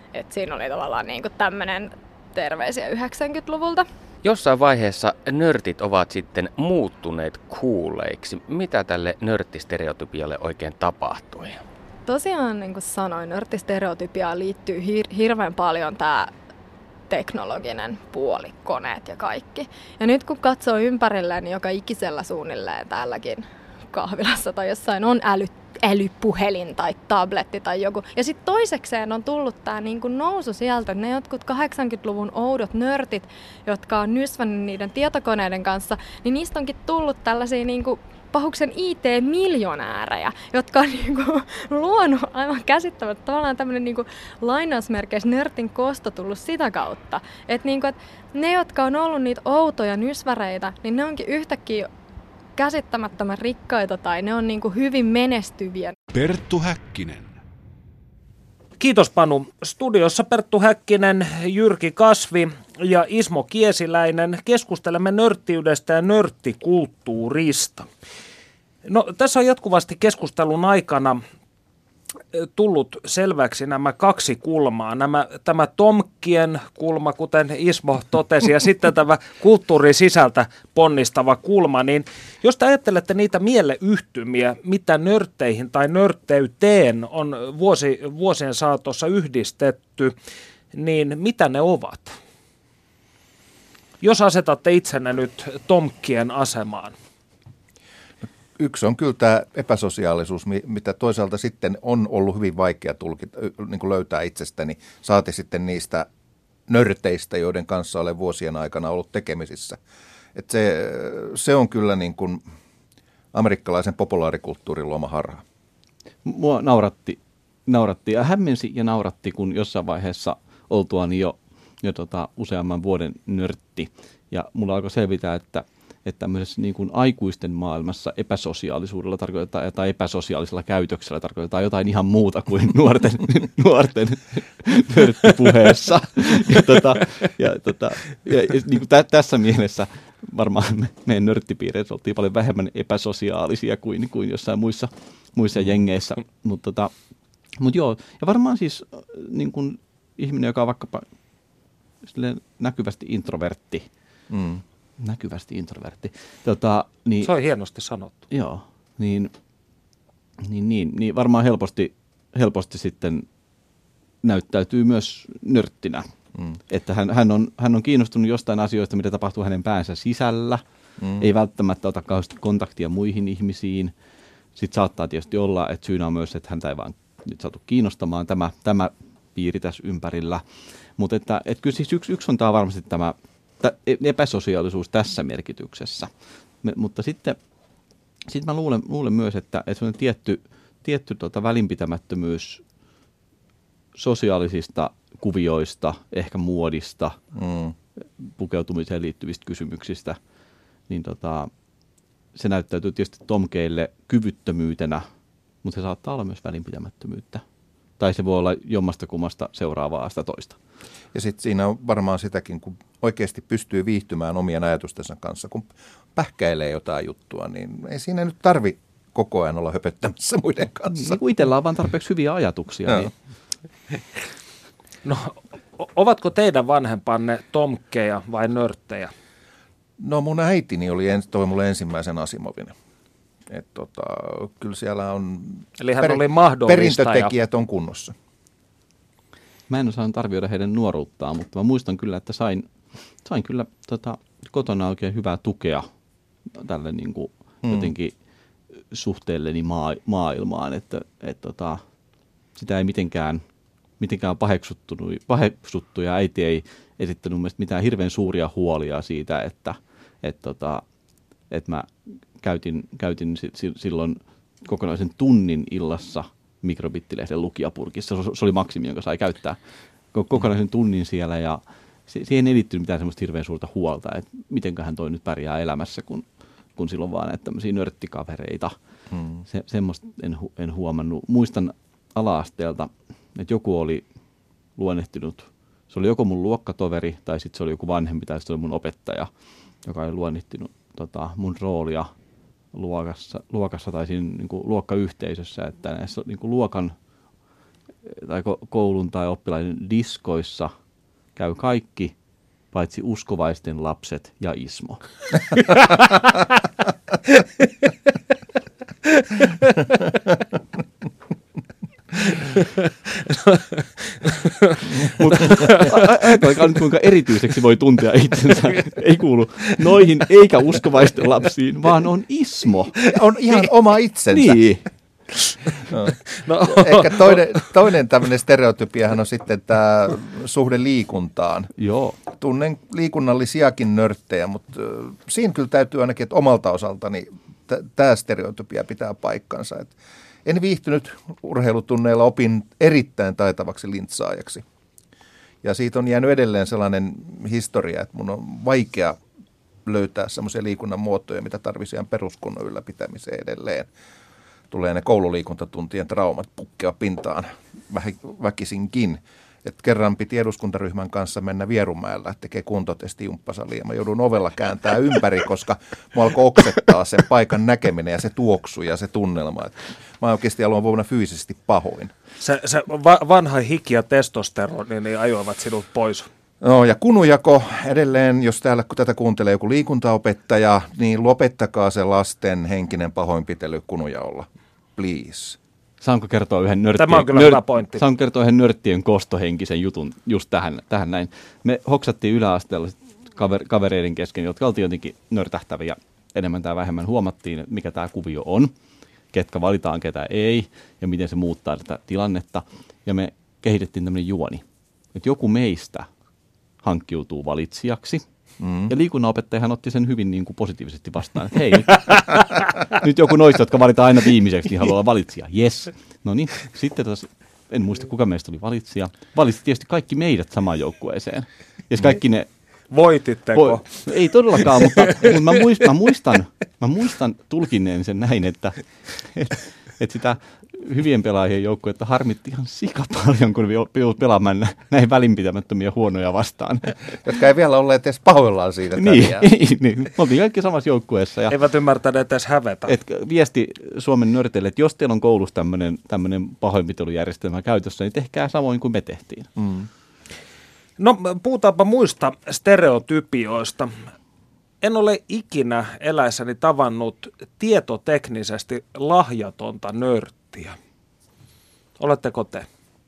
Et siinä oli tavallaan niinku tämmöinen terveisiä yhdeksänkymmentäluvulta. Jossain vaiheessa nörtit ovat sitten muuttuneet kuuleiksi. Mitä tälle nörttistereotypialle oikein tapahtui? Tosiaan, niin kuin sanoin, nörttistereotypiaan liittyy hir- hirveän paljon tämä teknologinen puoli, koneet ja kaikki. Ja nyt kun katsoo ympärilleen, niin joka ikisellä suunnilleen täälläkin kahvilassa tai jossain on äly, älypuhelin tai tabletti tai joku. Ja sitten toisekseen on tullut tämä niinku nousu sieltä, että ne jotkut kahdeksankymmentäluvun oudot nörtit, jotka on nysvännyt niiden tietokoneiden kanssa, niin niistä onkin tullut tällaisia niinku pahuksen I T-miljonäärejä, jotka on niinku luonut aivan käsittämättä tavallaan tämmöinen niinku lainausmerkeissä nörtin kosto tullut sitä kautta. Että niinku, et ne, jotka on ollut niitä outoja nysväreitä, niin ne onkin yhtäkkiä käsittämättömän rikkaita tai ne on niinku hyvin menestyviä. Perttu Häkkinen. Kiitos Panu. Studiossa Perttu Häkkinen, Jyrki Kasvi ja Ismo Kiesiläinen. Keskustelemme nörttiydestä ja nörttikulttuurista. No, tässä on jatkuvasti keskustelun aikana tullut selväksi nämä kaksi kulmaa. Nämä, tämä Tomkkien kulma, kuten Ismo totesi, ja sitten tämä kulttuurin sisältä ponnistava kulma. Niin jos te ajattelette niitä mieleyhtymiä, mitä nörtteihin tai nörtteyteen on vuosi, vuosien saatossa yhdistetty, niin mitä ne ovat? Jos asetatte itsenne nyt Tomkkien asemaan. Yksi on kyllä tämä epäsosiaalisuus, mitä toisaalta sitten on ollut hyvin vaikea tulkita, niin kuin löytää itsestäni, saati sitten niistä nörteistä, joiden kanssa olen vuosien aikana ollut tekemisissä. Et se, se on kyllä niin kuin amerikkalaisen populaarikulttuurin luoma harha. Mua nauratti, nauratti ja hämmensi ja nauratti, kun jossain vaiheessa oltuani jo, jo tota, useamman vuoden nörtti. Ja mulla alkoi selvitä, että että tämmöisessä niin kuin aikuisten maailmassa epäsosiaalisuudella tarkoitetaan tai epäsosiaalisella käytöksellä tarkoitetaan jotain ihan muuta kuin nuorten, nuorten nörttipuheessa. Ja, tota, ja, tota, ja, ja niin kuin tä, tässä mielessä varmaan me, meidän nörttipiireissä oltiin paljon vähemmän epäsosiaalisia kuin, kuin jossain muissa, muissa jengeissä. Mutta tota, mut joo, ja varmaan siis niin kuin ihminen, joka on vaikkapa näkyvästi introvertti, mm. Näkyvästi introvertti. Tota, niin, se on hienosti sanottu. Joo, niin, niin, niin, niin varmaan helposti, helposti sitten näyttäytyy myös nörttinä. Mm. Että hän, hän, on, hän on kiinnostunut jostain asioista, mitä tapahtuu hänen päänsä sisällä. Mm. Ei välttämättä ota kauheasti kontaktia muihin ihmisiin. Sitten saattaa tietysti olla, että syynä on myös, että häntä ei vaan nyt saatu kiinnostamaan tämä, tämä piiri tässä ympärillä. Mutta että, että kyllä siis yksi, yksi on tämä varmasti tämä epäsosiaalisuus tässä merkityksessä. Me, mutta sitten sit mä luulen, luulen myös, että, että sellainen tietty, tietty tota välinpitämättömyys sosiaalisista kuvioista, ehkä muodista, mm. pukeutumiseen liittyvistä kysymyksistä, niin tota, se näyttäytyy tietysti tomkeille kyvyttömyytenä, mutta se saattaa olla myös välinpitämättömyyttä. Tai se voi olla jommasta kummasta seuraavaa sitä toista. Ja sitten siinä on varmaan sitäkin, kun oikeasti pystyy viihtymään omien ajatustensa kanssa, kun pähkäilee jotain juttua, niin ei siinä nyt tarvi koko ajan olla höpöttämässä muiden kanssa. Niin kuin itsellä on vaan tarpeeksi hyviä ajatuksia. Niin. No, ovatko teidän vanhempanne tomkkeja vai nörttejä? No mun äitini oli ens, toi mulle ensimmäisen Asimovin. Että tota, kyllä siellä on Eli hän per, oli perintötekijät on kunnossa. Mä en osannut arvioida heidän nuoruuttaan, mutta mä muistan kyllä, että sain, sain kyllä tota, kotona oikein hyvää tukea tälle niin kuin hmm. jotenkin suhteelleni maa, maailmaan, että et, tota, sitä ei mitenkään, mitenkään paheksuttu ja äiti ei esittänyt mielestäni mitään hirveän suuria huolia siitä, että et, tota, et mä käytin, käytin silloin kokonaisen tunnin illassa mikrobittilehden lukijapurkissa. Se oli maksimi, jonka sai käyttää kokonaisen tunnin siellä ja siihen ei liittynyt mitään semmoista hirveän suurta huolta, että mitenköhän toi nyt pärjää elämässä, kun, kun silloin vaan näitä tämmöisiä nörttikavereita. Hmm. Se, semmoista en, en huomannut. Muistan ala-asteelta, että joku oli luonnehtinut, se oli joko mun luokkatoveri tai sitten se oli joku vanhempi tai sitten se oli mun opettaja, joka oli luonnehtinut tota, mun roolia luokassa, luokassa tai siinä niin kuin luokkayhteisössä, että näissä niin kuin luokan tai koulun tai oppilaiden diskoissa käy kaikki, paitsi uskovaisten lapset ja Ismo. Mutta ajatelkaa nyt, kuinka erityiseksi voi tuntea itsensä. Ei kuulu noihin eikä uskovaisten lapsiin, vaan on Ismo. On ihan oma itsensä. Niin. No. No. Ehkä toinen, toinen tämmöinen stereotypiahan on sitten tämä suhde liikuntaan. Joo. Tunnen liikunnallisiakin nörttejä, mutta siinä kyllä täytyy ainakin, että omalta osaltani t- tämä stereotypia pitää paikkansa. Et en viihtynyt urheilutunneilla, opin erittäin taitavaksi lintsaajaksi. Ja siitä on jäänyt edelleen sellainen historia, että mun on vaikea löytää semmoisia liikunnan muotoja, mitä tarvitsisi ihan peruskunnon ylläpitämiseen edelleen. Tulee ne koululiikuntatuntien traumat pukkea pintaan väkisinkin. Et kerran piti eduskuntaryhmän kanssa mennä Vierumäellä, tekee kuntotesti jumppasaliin. Mä joudun ovella kääntää ympäri, koska mua alkoi oksettaa sen paikan näkeminen ja se tuoksu ja se tunnelma. Et mä oikeasti aloin vuonna fyysisesti pahoin. Se, se va- vanha hiki ja testosteroni niin ajoivat sinut pois. No ja kunujako edelleen, jos täällä kun tätä kuuntelee joku liikuntaopettaja, niin lopettakaa se lasten henkinen pahoinpitely kunujaolla. Please. Saanko kertoa yhden nörttien, Tämä on kyllä nör, hyvä pointti. Saanko kertoa yhden nörttien kostohenkisen jutun just tähän, tähän näin. Me hoksattiin yläasteella kaver, kavereiden kesken, jotka oltiin jotenkin nörtähtäviä enemmän tai vähemmän. Huomattiin, mikä tämä kuvio on, ketkä valitaan, ketä ei ja miten se muuttaa tätä tilannetta. Ja me kehitettiin tämmöinen juoni, että joku meistä hankkiutuu valitsijaksi. Mm. Ja liikunnanopettajahan otti sen hyvin niin kuin positiivisesti vastaan, että hei, nyt, nyt joku noista, jotka valitaan aina viimeiseksi, niin haluaa olla valitsija. Yes. No niin, sitten tos, en muista kuka meistä oli valitsija. Valitsi tietysti kaikki meidät samaan joukkueeseen. Ja kaikki ne... Voititteko? Vo, ei todellakaan, mutta, mutta mä, muistan, mä, muistan, mä muistan tulkinneen sen näin, että, että, että sitä hyvien pelaajien joukkuetta harmitti ihan sika paljon, kun joudut pelaamaan näin välinpitämättömiä huonoja vastaan. Jotka ei vielä olleet edes pahoillaan siitä. Niin, ei, niin, me oltiin kaikki samassa joukkueessa. Ja eivät ymmärtäneet edes hävetä. Et viesti Suomen nörteille, että jos teillä on koulussa tämmöinen pahoinpitelujärjestelmä käytössä, niin tehkää samoin kuin me tehtiin. Mm. No puhutaanpa muista stereotypioista. En ole ikinä eläessäni tavannut tietoteknisesti lahjatonta nörttiä. Oletteko te?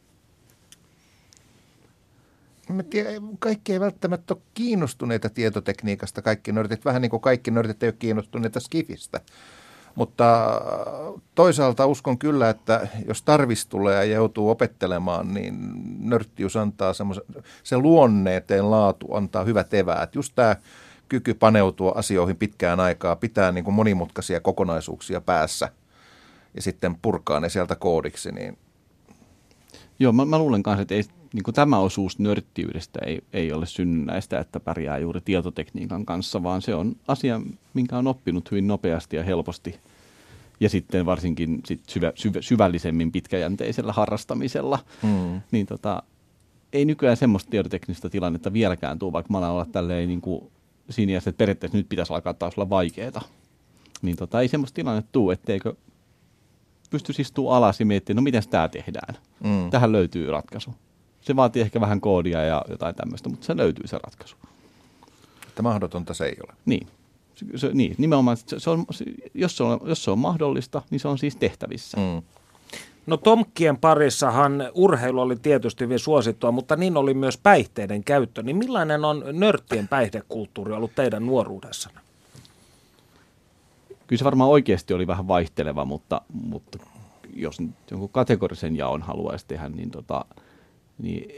Mä tiedän, kaikki ei välttämättä ole kiinnostuneita tietotekniikasta, kaikki nörtit. Vähän niin kuin kaikki nörtit ei ole kiinnostuneita skifistä. Mutta toisaalta uskon kyllä, että jos tarvis tulee ja joutuu opettelemaan, niin nörttiys antaa semmoisen, se luonneeteen laatu antaa hyvät eväät. Just tämä kyky paneutua asioihin pitkään aikaa, pitää niin kuin monimutkaisia kokonaisuuksia päässä ja sitten purkaa ne sieltä koodiksi. Niin. Joo, mä, mä luulen kanssa, että ei, niin kuin tämä osuus nörttiydestä ei, ei ole synnynnäistä, että pärjää juuri tietotekniikan kanssa, vaan se on asia, minkä on oppinut hyvin nopeasti ja helposti. Ja sitten varsinkin sit syvä, syvä, syvällisemmin pitkäjänteisellä harrastamisella. Hmm. Niin tota, ei nykyään semmoista tietoteknistä tilannetta vieläkään tule, vaikka mä alan olla tälleen niin kuin siinä iässä, että periaatteessa nyt pitäisi alkaa taas olla vaikeaa. Niin tota, ei semmoista tilannetta tule, etteikö pystyisi istua alas ja miettiä, no miten tämä tehdään. Mm. Tähän löytyy ratkaisu. Se vaatii ehkä vähän koodia ja jotain tämmöistä, mutta se löytyy se ratkaisu. Että mahdotonta se ei ole. Niin, se, se, niin nimenomaan, se, se on, se, jos, se on, jos se on mahdollista, niin se on siis tehtävissä. Mm. No tomkkien parissahan urheilu oli tietysti hyvin suosittua, mutta niin oli myös päihteiden käyttö. Niin millainen on nörttien päihdekulttuuri ollut teidän nuoruudessanne? Kyllä se varmaan oikeasti oli vähän vaihteleva, mutta, mutta jos nyt jonkun kategorisen jaon haluaisi tehdä, niin, tota, niin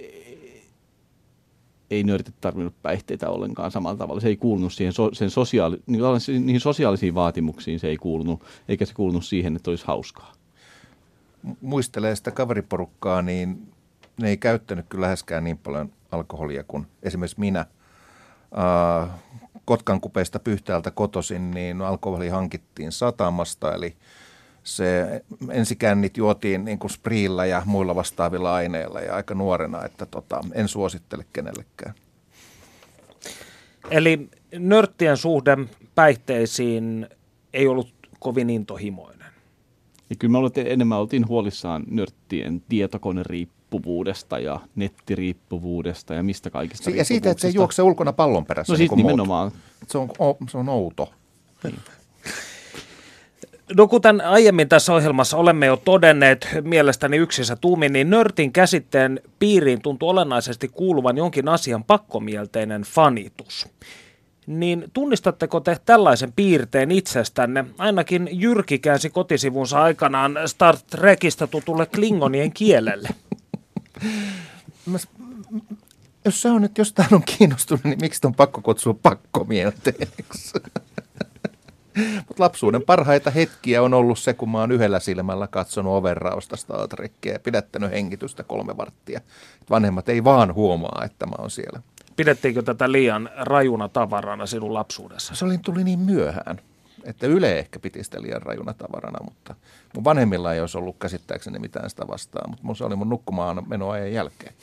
ei nörtit tarvinnut päihteitä ollenkaan samalla tavalla. Se ei kuulunut siihen so, sen sosiaali, niihin sosiaalisiin vaatimuksiin, se ei kuulunut, eikä se kuulunut siihen, että olisi hauskaa. Muistelee sitä kaveriporukkaa, niin ne ei käyttänyt kyllä läheskään niin paljon alkoholia kuin esimerkiksi minä. Uh, Kotkan kupeista Pyhtäältä kotoisin, niin alkoholi hankittiin satamasta, eli se ensikännit juotiin niin kuin spriillä ja muilla vastaavilla aineilla ja aika nuorena, että tota, en suosittele kenellekään. Eli nörttien suhde päihteisiin ei ollut kovin intohimoinen? Ja kyllä me oltiin, enemmän oltiin huolissaan nörttien tietokoneriippuvuudesta ja nettiriippuvuudesta ja mistä kaikista Si- Ja siitä, että se juoksee ulkona pallon perässä. No siitä niin nimenomaan. Se on, o, se on outo. Niin. No kuten aiemmin tässä ohjelmassa olemme jo todenneet, mielestäni yksissä tuumin, niin nörtin käsitteen piiriin tuntuu olennaisesti kuuluvan jonkin asian pakkomielteinen fanitus. Niin tunnistatteko te tällaisen piirteen itsestänne? Ainakin Jyrki käänsi kotisivunsa aikanaan Star Trekistä tutulle klingonien kielelle. Mä, jos se on nyt jostain on kiinnostunut, niin miksi on pakko kutsua pakkomielteeksi? Mutta lapsuuden parhaita hetkiä on ollut se, kun mä oon yhdellä silmällä katsonut ovenraosta Star Trekkiä ja pidättänyt hengitystä kolme varttia. Vanhemmat ei vaan huomaa, että mä oon siellä. Pidettiinkö tätä liian rajuna tavarana sinun lapsuudessa? Se oli, tuli niin myöhään, että Yle ehkä piti sitä liian rajuna tavarana, mutta mun vanhemmilla ei olisi ollut käsittääkseni mitään sitä vastaan, mutta se oli mun nukkumaan menoajan jälkeen.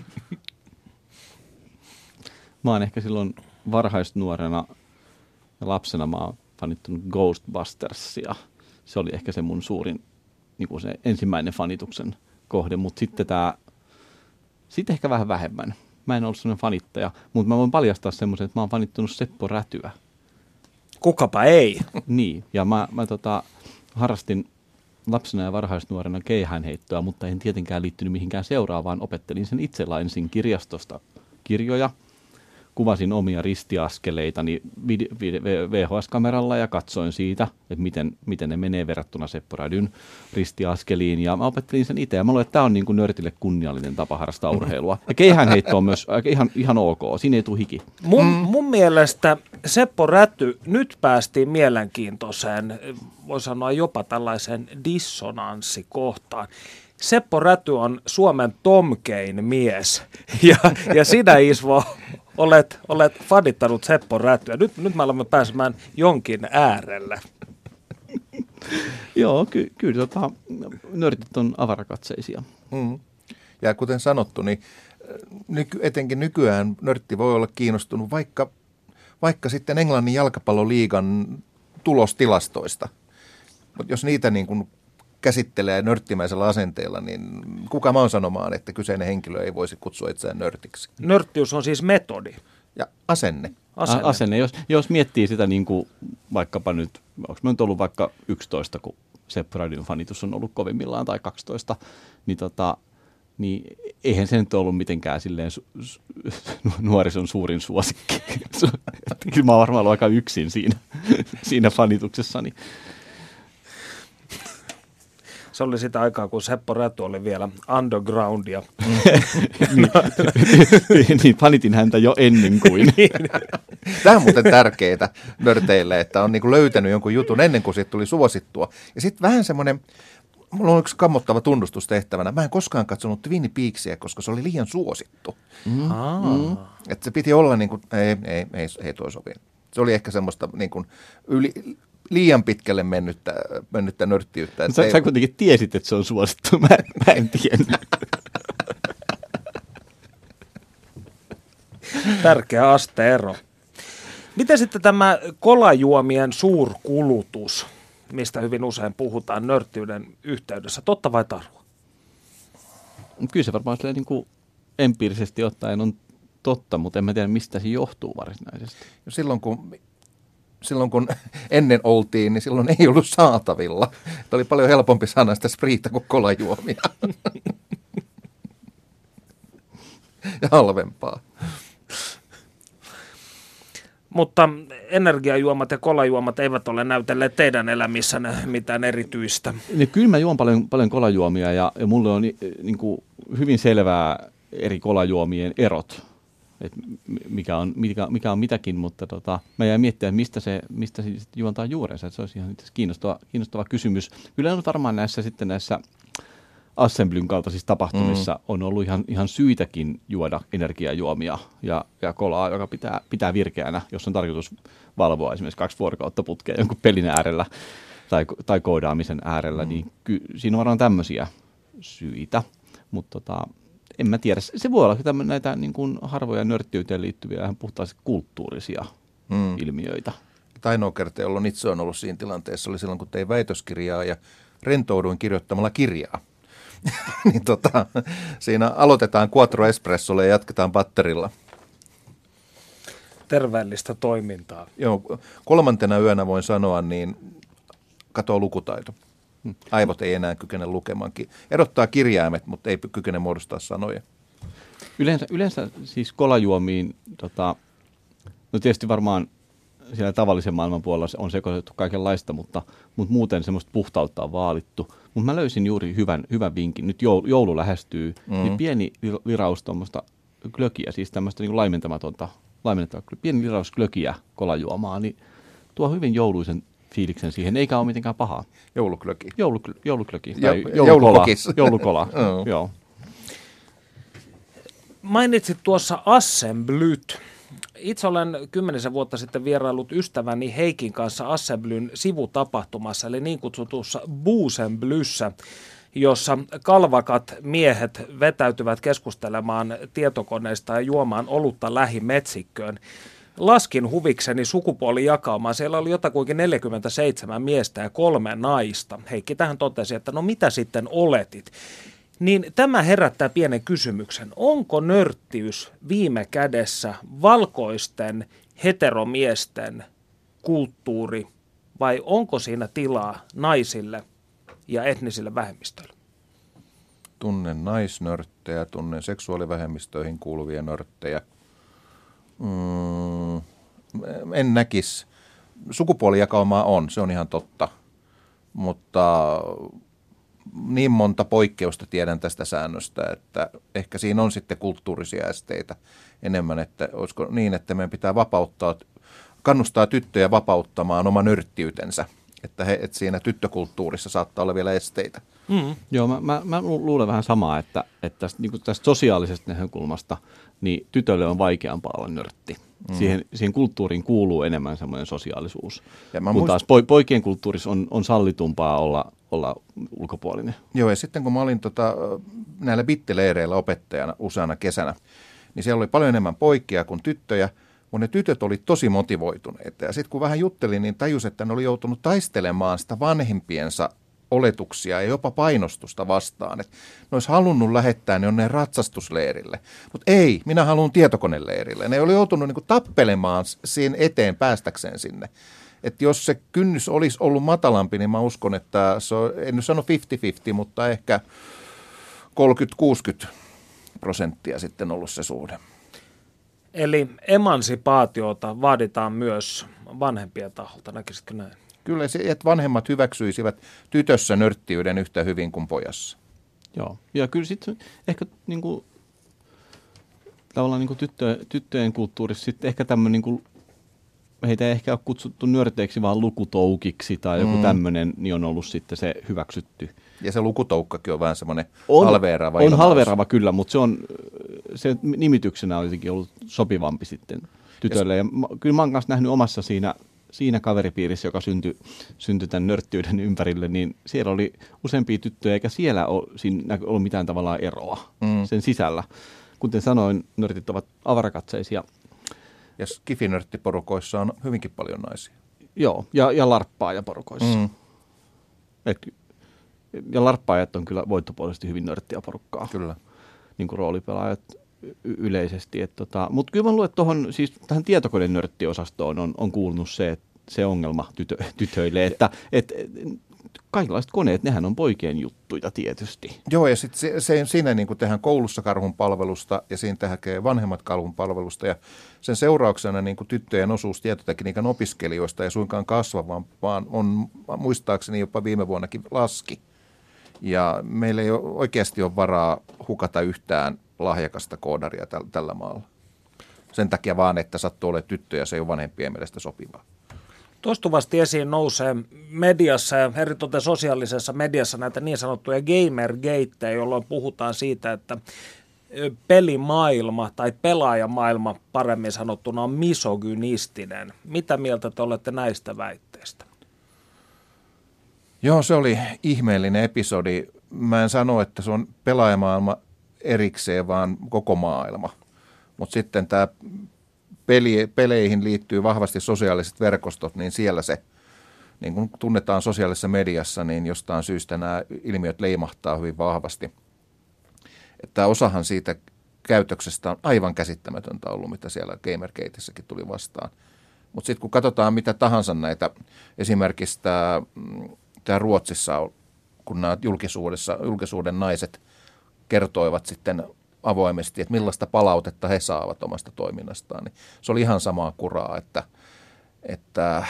Mä oon ehkä silloin varhaisnuorena ja lapsena mä oon fanittunut Ghostbustersia. Se oli ehkä se mun suurin niin kuin se ensimmäinen fanituksen kohde, mutta sitten tää, sitten ehkä vähän vähemmän. Mä en ollut sellainen fanittaja, mutta mä voin paljastaa semmoisen, että mä oon fanittunut Seppo Rätyä. Kukapa ei. Niin, ja mä, mä tota, harrastin lapsena ja varhaisnuorena keihäänheittoa, mutta en tietenkään liittynyt mihinkään seuraavaan. Opettelin sen itse lainsin kirjastosta kirjoja. Kuvasin omia ristiaskeleitani V H S-kameralla ja katsoin siitä, että miten, miten ne menee verrattuna Seppo Rädyn ristiaskeliin. Ja mä opettelin sen itse ja mä luulen, että tämä on niin kuin nörtille kunniallinen tapa harrastaa urheilua. Ja keihäänheitto on myös ihan, ihan ok, siinä ei tule hiki. Mun, mun mielestä Seppo Räty, nyt päästiin mielenkiintoiseen, voi sanoa jopa tällaiseen dissonanssikohtaan. Seppo Räty on Suomen Tom Kane mies ja, ja sinä Ismo olet, olet fanittanut Seppo Rätyä. Nyt, nyt me olemme pääsemään jonkin äärelle. Joo, ky- kyllä tota, nörtit on avarakatseisia. Mm. Ja kuten sanottu, niin nyky- etenkin nykyään nörtti voi olla kiinnostunut vaikka, vaikka sitten Englannin jalkapalloliigan tulostilastoista. Mutta jos niitä niin kuin käsittelee nörttimäisellä asenteella, niin kuka mä oon sanomaan, että kyseinen henkilö ei voisi kutsua itseään nörtiksi? Nörttiys on siis metodi. Ja asenne. Asenne. A- asenne. Jos, jos miettii sitä niin kuin vaikkapa nyt, onko mä nyt ollut vaikka yksitoista, kun Seppo Rädyn fanitus on ollut kovimmillaan, tai kaksitoista, niin, tota, niin eihän se nyt ollut mitenkään silleen su- su- nuorison suurin suosikki. Kyllä mä oon varmaan ollut aika yksin siinä, siinä fanituksessani. Se oli sitä aikaa, kun Seppo Räty oli vielä undergroundia. niin, niin, fanitin häntä jo ennen kuin. Tämä on muuten tärkeää nörteille, että on niinku löytänyt jonkun jutun ennen kuin siitä tuli suosittua. Ja sitten vähän semmoinen, mulla on yksi kammottava tunnustus tehtävänä. Mä en koskaan katsonut Twin Peaksia, koska se oli liian suosittu. Mm. Mm. Että se piti olla niin kuin, ei, ei, ei, ei toi sovi. Se oli ehkä semmoista niin kuin yli, liian pitkälle mennyttä, mennyttä nörttiyttä. Sä, sä kuitenkin tiesit, että se on suosittu. Mä, mä en tiennyt. Tärkeä asteero. Miten sitten tämä kolajuomien suurkulutus, mistä hyvin usein puhutaan nörttiyden yhteydessä, totta vai tarua? Kyllä se varmaan niin kuin empiirisesti ottaen on totta, mutta en mä tiedä, mistä se johtuu varsinaisesti. Silloin kun, silloin kun ennen oltiin, niin silloin ei ollut saatavilla. Että oli paljon helpompi saada sitä spriitä kuin kolajuomia. Ja halvempaa. Mutta energiajuomat ja kolajuomat eivät ole näytelleet teidän elämissänne mitään erityistä. Niin kyllä mä juon paljon, paljon kolajuomia ja, ja mulle on niin kuin hyvin selvää eri kolajuomien erot, että mikä on, mikä, mikä on mitäkin, mutta tota, mä jäin miettimään, mistä se, mistä se juontaa juurensa. Että se olisi ihan kiinnostava, kiinnostava kysymys. Kyllä on varmaan näissä sitten näissä Assemblyn kaltaisissa tapahtumissa mm. on ollut ihan, ihan syytäkin juoda energiajuomia ja, ja kolaa, joka pitää, pitää virkeänä, jos on tarkoitus valvoa esimerkiksi kaksi vuorokautta putkea jonkun pelin äärellä tai, tai koodaamisen äärellä, mm. niin ky, siinä on varmaan tämmöisiä syitä, mutta tota, en mä tiedä. Se voi olla tämmöinen, näitä niin kuin harvoja nörttiyteen liittyviä ihan puhtaasti kulttuurisia mm. ilmiöitä. Ainoa kerta, jolloin itse on ollut siinä tilanteessa, oli silloin, kun tein väitöskirjaa ja rentouduin kirjoittamalla kirjaa. niin tota, siinä aloitetaan Quattro Espressolla ja jatketaan batterilla. Terveellistä toimintaa. Joo, kolmantena yönä voin sanoa, niin katoo lukutaito. Aivot ei enää kykene lukemaan. Erottaa kirjaimet, mutta ei kykene muodostaa sanoja. Yleensä, yleensä siis kolajuomiin, tota, no tietysti varmaan siellä tavallisen maailman puolella on sekoitettu kaikenlaista, mutta, mutta muuten semmoista puhtautta on vaalittu. Mutta mä löysin juuri hyvän, hyvän vinkin. Nyt joulu, joulu lähestyy, mm-hmm. niin pieni liraus tuommoista glökiä, siis tämmöistä niin laimentamatonta, laimentamatonta, pieni liraus glökiä kolajuomaa, niin tuo hyvin jouluisen fiiliksen siihen, eikä ole mitenkään pahaa. Jouluklöki. Jouluklöki. Jouluklöki. Jo, tai joulukola. Joulukola, oh. joo. Mainitsit tuossa Assemblyt. Itse olen kymmenisen vuotta sitten vierailut ystäväni Heikin kanssa Assemblyn sivutapahtumassa, eli niin kutsutussa Buusemblyssä, jossa kalvakat miehet vetäytyvät keskustelemaan tietokoneista ja juomaan olutta lähimetsikköön. Laskin huvikseni sukupuolijakaumaa. Siellä oli jotakuinkin neljäkymmentäseitsemän miestä ja kolme naista. Heikki tähän totesi, että no mitä sitten oletit? Niin tämä herättää pienen kysymyksen. Onko nörttiys viime kädessä valkoisten heteromiesten kulttuuri vai onko siinä tilaa naisille ja etnisille vähemmistöille? Tunnen naisnörttejä, tunnen seksuaalivähemmistöihin kuuluvia nörttejä. Mm, en näkisi. Sukupuolijakaumaa on, se on ihan totta, mutta niin monta poikkeusta tiedän tästä säännöstä, että ehkä siinä on sitten kulttuurisia esteitä enemmän, että olisiko niin, että meidän pitää vapauttaa, kannustaa tyttöjä vapauttamaan oma nörttiytensä, että, he, että siinä tyttökulttuurissa saattaa olla vielä esteitä. Mm. Joo, mä, mä, mä luulen vähän samaa, että, että tästä, niin tästä sosiaalisesta näkökulmasta niin tytölle on vaikeampaa olla nörtti. Mm. Siihen, siihen kulttuuriin kuuluu enemmän semmoinen sosiaalisuus. Ja kun muist... taas poikien kulttuurissa on, on sallitumpaa olla, olla ulkopuolinen. Joo, ja sitten kun mä olin tota, näillä bittileireillä opettajana useana kesänä, niin siellä oli paljon enemmän poikia kuin tyttöjä, mutta ne tytöt oli tosi motivoituneita. Ja sitten kun vähän juttelin, niin tajus, että ne oli joutunut taistelemaan sitä vanhempiensa oletuksia ja jopa painostusta vastaan. Että ne olisi halunnut lähettää ne onne ratsastusleirille. Mutta ei, minä haluan tietokoneleirille. Ne oli joutunut niinku tappelemaan siinä eteen päästäkseen sinne. Että jos se kynnys olisi ollut matalampi, niin mä uskon, että se on, en nyt sano viisikymmentä viisikymmentä, mutta ehkä kolmekymmentä kuusikymmentä prosenttia sitten ollut se suhde. Eli emansipaatiota vaaditaan myös vanhempien taholta, näkisitkö näin? Kyllä, että vanhemmat hyväksyisivät tytössä nörttiyden yhtä hyvin kuin pojassa. Joo, ja kyllä sitten ehkä niin kuin, tavallaan niin kuin tyttö, tyttöjen kulttuurissa sitten ehkä tämmöinen, niin kuin, heitä ei ehkä ole kutsuttu nörteiksi, vaan lukutoukiksi tai joku mm. tämmöinen, niin on ollut sitten se hyväksytty. Ja se lukutoukkakin on vähän semmoinen on, halveeraava. On halveeraava kyllä, mutta se on, se nimityksenä on jotenkin ollut sopivampi sitten tytölle. Ja mä, kyllä mä oon kanssa nähnyt omassa siinä, siinä kaveripiirissä, joka syntyi, syntyi tämän nörttiyden ympärille, niin siellä oli useampia tyttöjä, eikä siellä ole, siinä ollut mitään tavallaan eroa mm. sen sisällä. Kuten sanoin, nörtit ovat avarakatseisia. Ja skifinörttiporukoissa on hyvinkin paljon naisia. Joo, ja, ja larppaajaporukoissa. Mm. Et, ja larppaajat on kyllä voittopuolisesti hyvin nörttiä porukkaa. Kyllä. Niin kuin roolipelaajat y- yleisesti. Tota, mutta kyllä mä luulen, että tohon, siis tähän tietokoneen nörttiosastoon on, on kuulunut se, että se ongelma tytö, tytöille, että et, kaikenlaiset koneet, nehän on poikien juttuja tietysti. Joo, ja sitten se, se, siinä niin kuin tehdään koulussa karhun palvelusta ja siinä tehdään vanhemmat karhun palvelusta ja sen seurauksena niin kuin tyttöjen osuus tietotekniikan opiskelijoista ei suinkaan kasva, vaan, vaan on muistaakseni jopa viime vuonnakin laski. Ja meillä ei ole, oikeasti ole varaa hukata yhtään lahjakasta koodaria täl, tällä maalla. Sen takia vaan, että sattuu olemaan tyttöjä, se ei ole vanhempien mielestä sopivaa. Toistuvasti esiin nousee mediassa ja eritoten sosiaalisessa mediassa näitä niin sanottuja gamergateja, jolloin puhutaan siitä, että pelimaailma tai pelaajamaailma paremmin sanottuna on misogynistinen. Mitä mieltä te olette näistä väitteistä? Joo, se oli ihmeellinen episodi. Mä en sano, että se on pelaajamaailma erikseen, vaan koko maailma. Mutta sitten tämä peli, peleihin liittyy vahvasti sosiaaliset verkostot, niin siellä se, niin kuin tunnetaan sosiaalisessa mediassa, niin jostain syystä nämä ilmiöt leimahtaa hyvin vahvasti. Että osahan siitä käytöksestä on aivan käsittämätöntä ollut, mitä siellä Gamergateissäkin tuli vastaan. Mutta sitten kun katsotaan mitä tahansa näitä, esimerkiksi tämä Ruotsissa, kun nämä julkisuudessa, julkisuuden naiset kertoivat sitten avoimesti, että millaista palautetta he saavat omasta toiminnastaan, niin se oli ihan samaa kuraa, että, että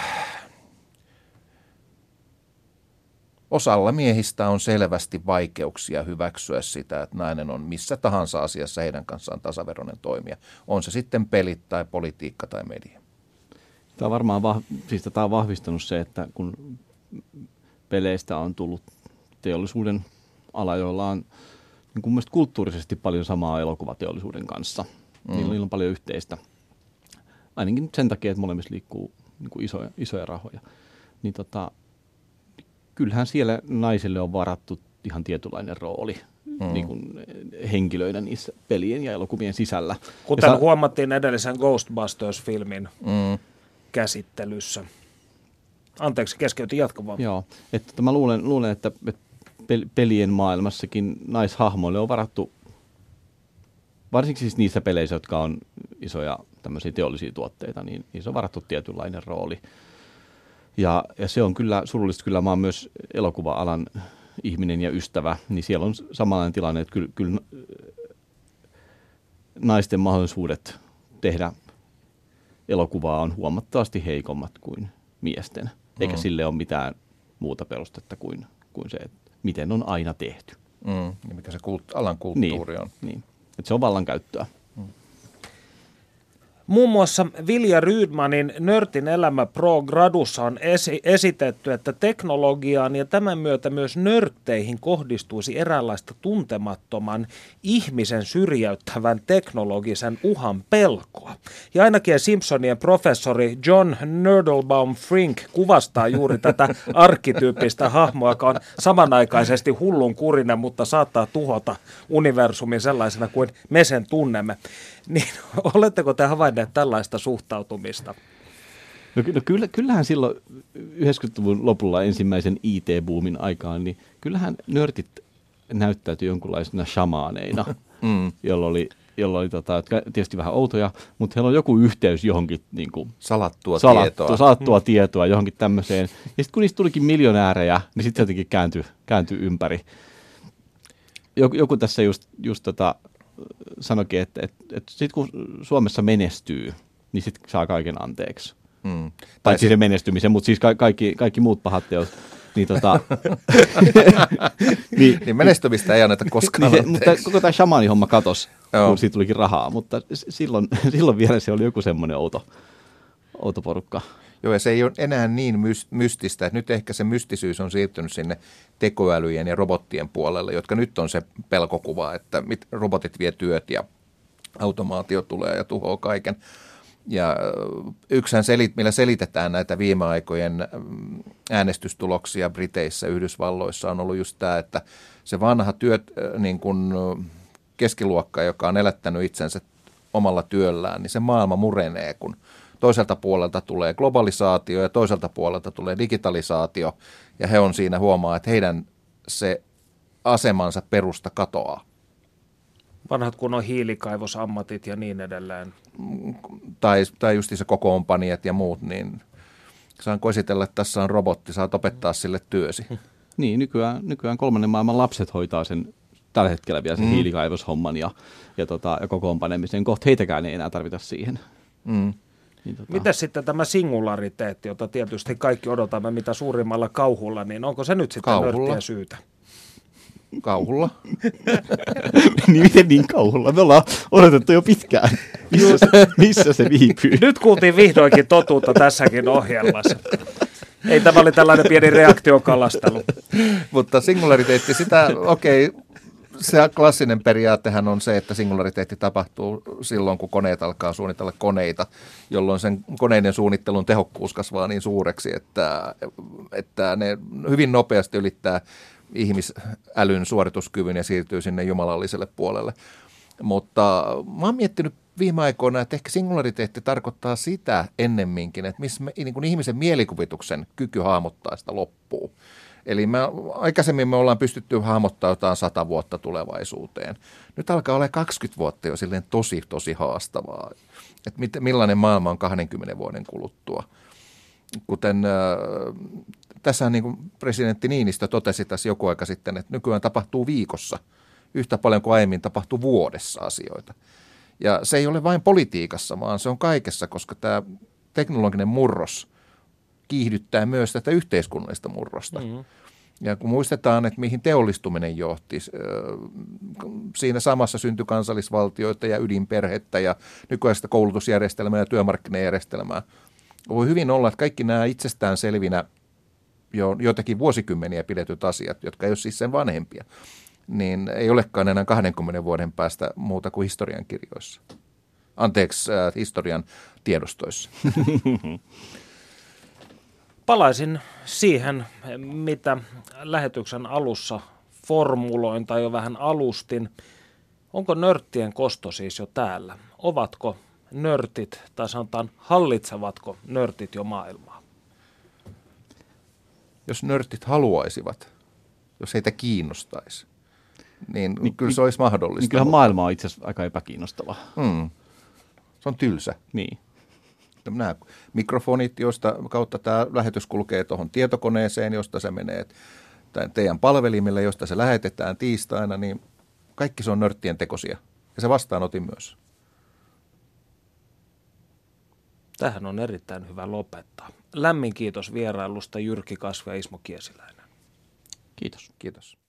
osalla miehistä on selvästi vaikeuksia hyväksyä sitä, että nainen on missä tahansa asiassa heidän kanssaan tasaveroinen toimija. On se sitten pelit tai politiikka tai media. Tämä on varmaan vah, siis tämä on vahvistanut se, että kun peleistä on tullut teollisuuden ala, joilla on niin kuin mielestäni kulttuurisesti paljon samaa elokuvateollisuuden kanssa. Mm. Niillä, niillä on paljon yhteistä. Ainakin sen takia, että molemmissa liikkuu niin kuin isoja, isoja rahoja. Niin tota, kyllähän siellä naisille on varattu ihan tietynlainen rooli mm. niin kuin henkilöinä niissä pelien ja elokuvien sisällä. Kuten sa- huomattiin edellisen Ghostbusters-filmin mm. käsittelyssä. Anteeksi, keskeytin jatkamaan. Joo, että mä luulen, luulen että, että pelien maailmassakin naishahmoille on varattu, varsinkin siis niissä peleissä, jotka on isoja tämmöisiä teollisia tuotteita, niin niissä on varattu tietynlainen rooli. Ja, ja se on kyllä surullista, kyllä mä oon myös elokuva-alan ihminen ja ystävä, niin siellä on samanlainen tilanne, että kyllä, kyllä naisten mahdollisuudet tehdä elokuvaa on huomattavasti heikommat kuin miesten, eikä mm. sille ole mitään muuta perustetta kuin, kuin se, että miten on aina tehty. Mm, ja mikä se kult- alan kulttuuri niin, on. Niin, että se on vallankäyttöä. Mm. Muun muassa Vilja Rydmanin Nörtin elämä Pro Gradussa on esi- esitetty, että teknologiaan ja tämän myötä myös nörtteihin kohdistuisi eräänlaista tuntemattoman ihmisen syrjäyttävän teknologisen uhan pelkoa. Ja ainakin Simpsonien professori John Nerdlebaum Frink kuvastaa juuri tätä arkkityyppistä hahmoa, joka on samanaikaisesti hullun kurinen, mutta saattaa tuhota universumin sellaisena kuin me sen tunnemme. Niin oletteko te havainneet tällaista suhtautumista? No, no kyllä, kyllähän silloin yhdeksänkymmentäluvun lopulla ensimmäisen I T-boomin aikaan, niin kyllähän nörtit näyttäytyi jonkunlaisena shamaaneina, mm. jolla oli, jolla oli tota, tietysti vähän outoja, mutta heillä on joku yhteys johonkin niin kuin, salattua, salattua tietoa. Salattua mm. tietoa johonkin tämmöiseen. Ja sitten kun niistä tulikin miljonäärejä, niin sitten jotenkin kääntyi, kääntyi ympäri. Joku, joku tässä just, just tota, sanoikin, että, että, että sitten kun Suomessa menestyy, niin sitten saa kaiken anteeksi. Mm. Tai siis se menestymisen, mutta siis ka- kaikki, kaikki muut pahat teot. Niin, tota, niin, niin menestymistä ei anneta koskaan niin se, mutta koko tämä shamaanihomma katosi, Joo. kun siitä tulikin rahaa. Mutta silloin, silloin vielä se oli joku semmoinen outo, outo porukka. Joo, ja se ei ole enää niin mystistä, että nyt ehkä se mystisyys on siirtynyt sinne tekoälyjen ja robottien puolelle, jotka nyt on se pelkokuva, että mit, robotit vie työt ja automaatio tulee ja tuhoaa kaiken. Ja yksihän, selit, millä selitetään näitä viime aikojen äänestystuloksia Briteissä, Yhdysvalloissa, on ollut just tämä, että se vanha työt, niin kuin keskiluokka, joka on elättänyt itsensä omalla työllään, niin se maailma murenee, kun toiselta puolelta tulee globalisaatio ja toiselta puolelta tulee digitalisaatio, ja he on siinä huomaa, että heidän se asemansa perusta katoaa. Vanhat kun on hiilikaivosammatit ja niin edelleen. Tai, tai just se kokoonpanijat ja muut, niin saanko esitellä, että tässä on robotti, saat opettaa sille työsi. Niin, nykyään, nykyään kolmannen maailman lapset hoitaa sen tällä hetkellä vielä sen mm. hiilikaivoshomman ja, ja, tota, ja kokoonpanemisen. Kohta heitäkään ei enää tarvita siihen. Mm. Niin, tota... Miten sitten tämä singulariteetti, jota tietysti kaikki odotamme mitä suurimmalla kauhulla, niin onko se nyt sitten nörttien syytä? Kauhulla. Niin miten niin kauhulla? Me ollaan odotettu jo pitkään. Missä se, missä se viipyy? Nyt kuultiin vihdoinkin totuutta tässäkin ohjelmassa. Ei, tämä oli tällainen pieni reaktiokalastelu. Mutta singulariteetti, sitä, okei, okay, se klassinen periaatehan on se, että singulariteetti tapahtuu silloin, kun koneet alkaa suunnitella koneita, jolloin sen koneiden suunnittelun tehokkuus kasvaa niin suureksi, että, että ne hyvin nopeasti ylittää ihmisälyn suorituskyvyn ja siirtyy sinne jumalalliselle puolelle. Mutta mä oon miettinyt viime aikoina, että ehkä singulariteetti tarkoittaa sitä ennemminkin, että missä me, niin kuin ihmisen mielikuvituksen kyky hahmottaa sitä loppuu. Eli me, aikaisemmin me ollaan pystytty hahmottaa jotain sata vuotta tulevaisuuteen. Nyt alkaa olla kaksikymmentä vuotta jo silleen tosi, tosi haastavaa. Että mit, millainen maailma on kahdenkymmenen vuoden kuluttua. Kuten äh, tässä niin kuin presidentti Niinistö totesi tässä joku aika sitten, että nykyään tapahtuu viikossa yhtä paljon kuin aiemmin tapahtui vuodessa asioita. Ja se ei ole vain politiikassa, vaan se on kaikessa, koska tämä teknologinen murros kiihdyttää myös tätä yhteiskunnallista murrosta. Mm-hmm. Ja kun muistetaan, että mihin teollistuminen johti, siinä samassa syntyi kansallisvaltioita ja ydinperhettä ja nykyaista koulutusjärjestelmää ja työmarkkinajärjestelmää. Voi hyvin olla, että kaikki nämä itsestään selvinä jo joitakin vuosikymmeniä pidetyt asiat, jotka ei ole siis sen vanhempia, niin ei olekaan enää kahdenkymmenen vuoden päästä muuta kuin historiankirjoissa. Anteeksi, äh, historian tiedostoissa. Palaisin siihen, mitä lähetyksen alussa formuloin tai jo vähän alustin. Onko nörttien kosto siis jo täällä? Ovatko nörtit, tai sanotaan hallitsevatko nörtit jo maailmaa? Jos nörtit haluaisivat, jos heitä kiinnostaisi, niin, niin kyllä se olisi niin, mahdollista. Niin kyllähän maailma on itse asiassa aika epäkiinnostava. Hmm. Se on tylsä. Niin. Nämä mikrofonit, joista kautta tämä lähetys kulkee tuohon tietokoneeseen, josta se menee teidän palvelimille, josta se lähetetään tiistaina, niin kaikki se on nörttien tekosia. Ja se vastaanotin myös. Tähän on erittäin hyvä lopettaa. Lämmin kiitos vierailusta Jyrki Kasvi ja Ismo Kiesiläinen. Kiitos. Kiitos.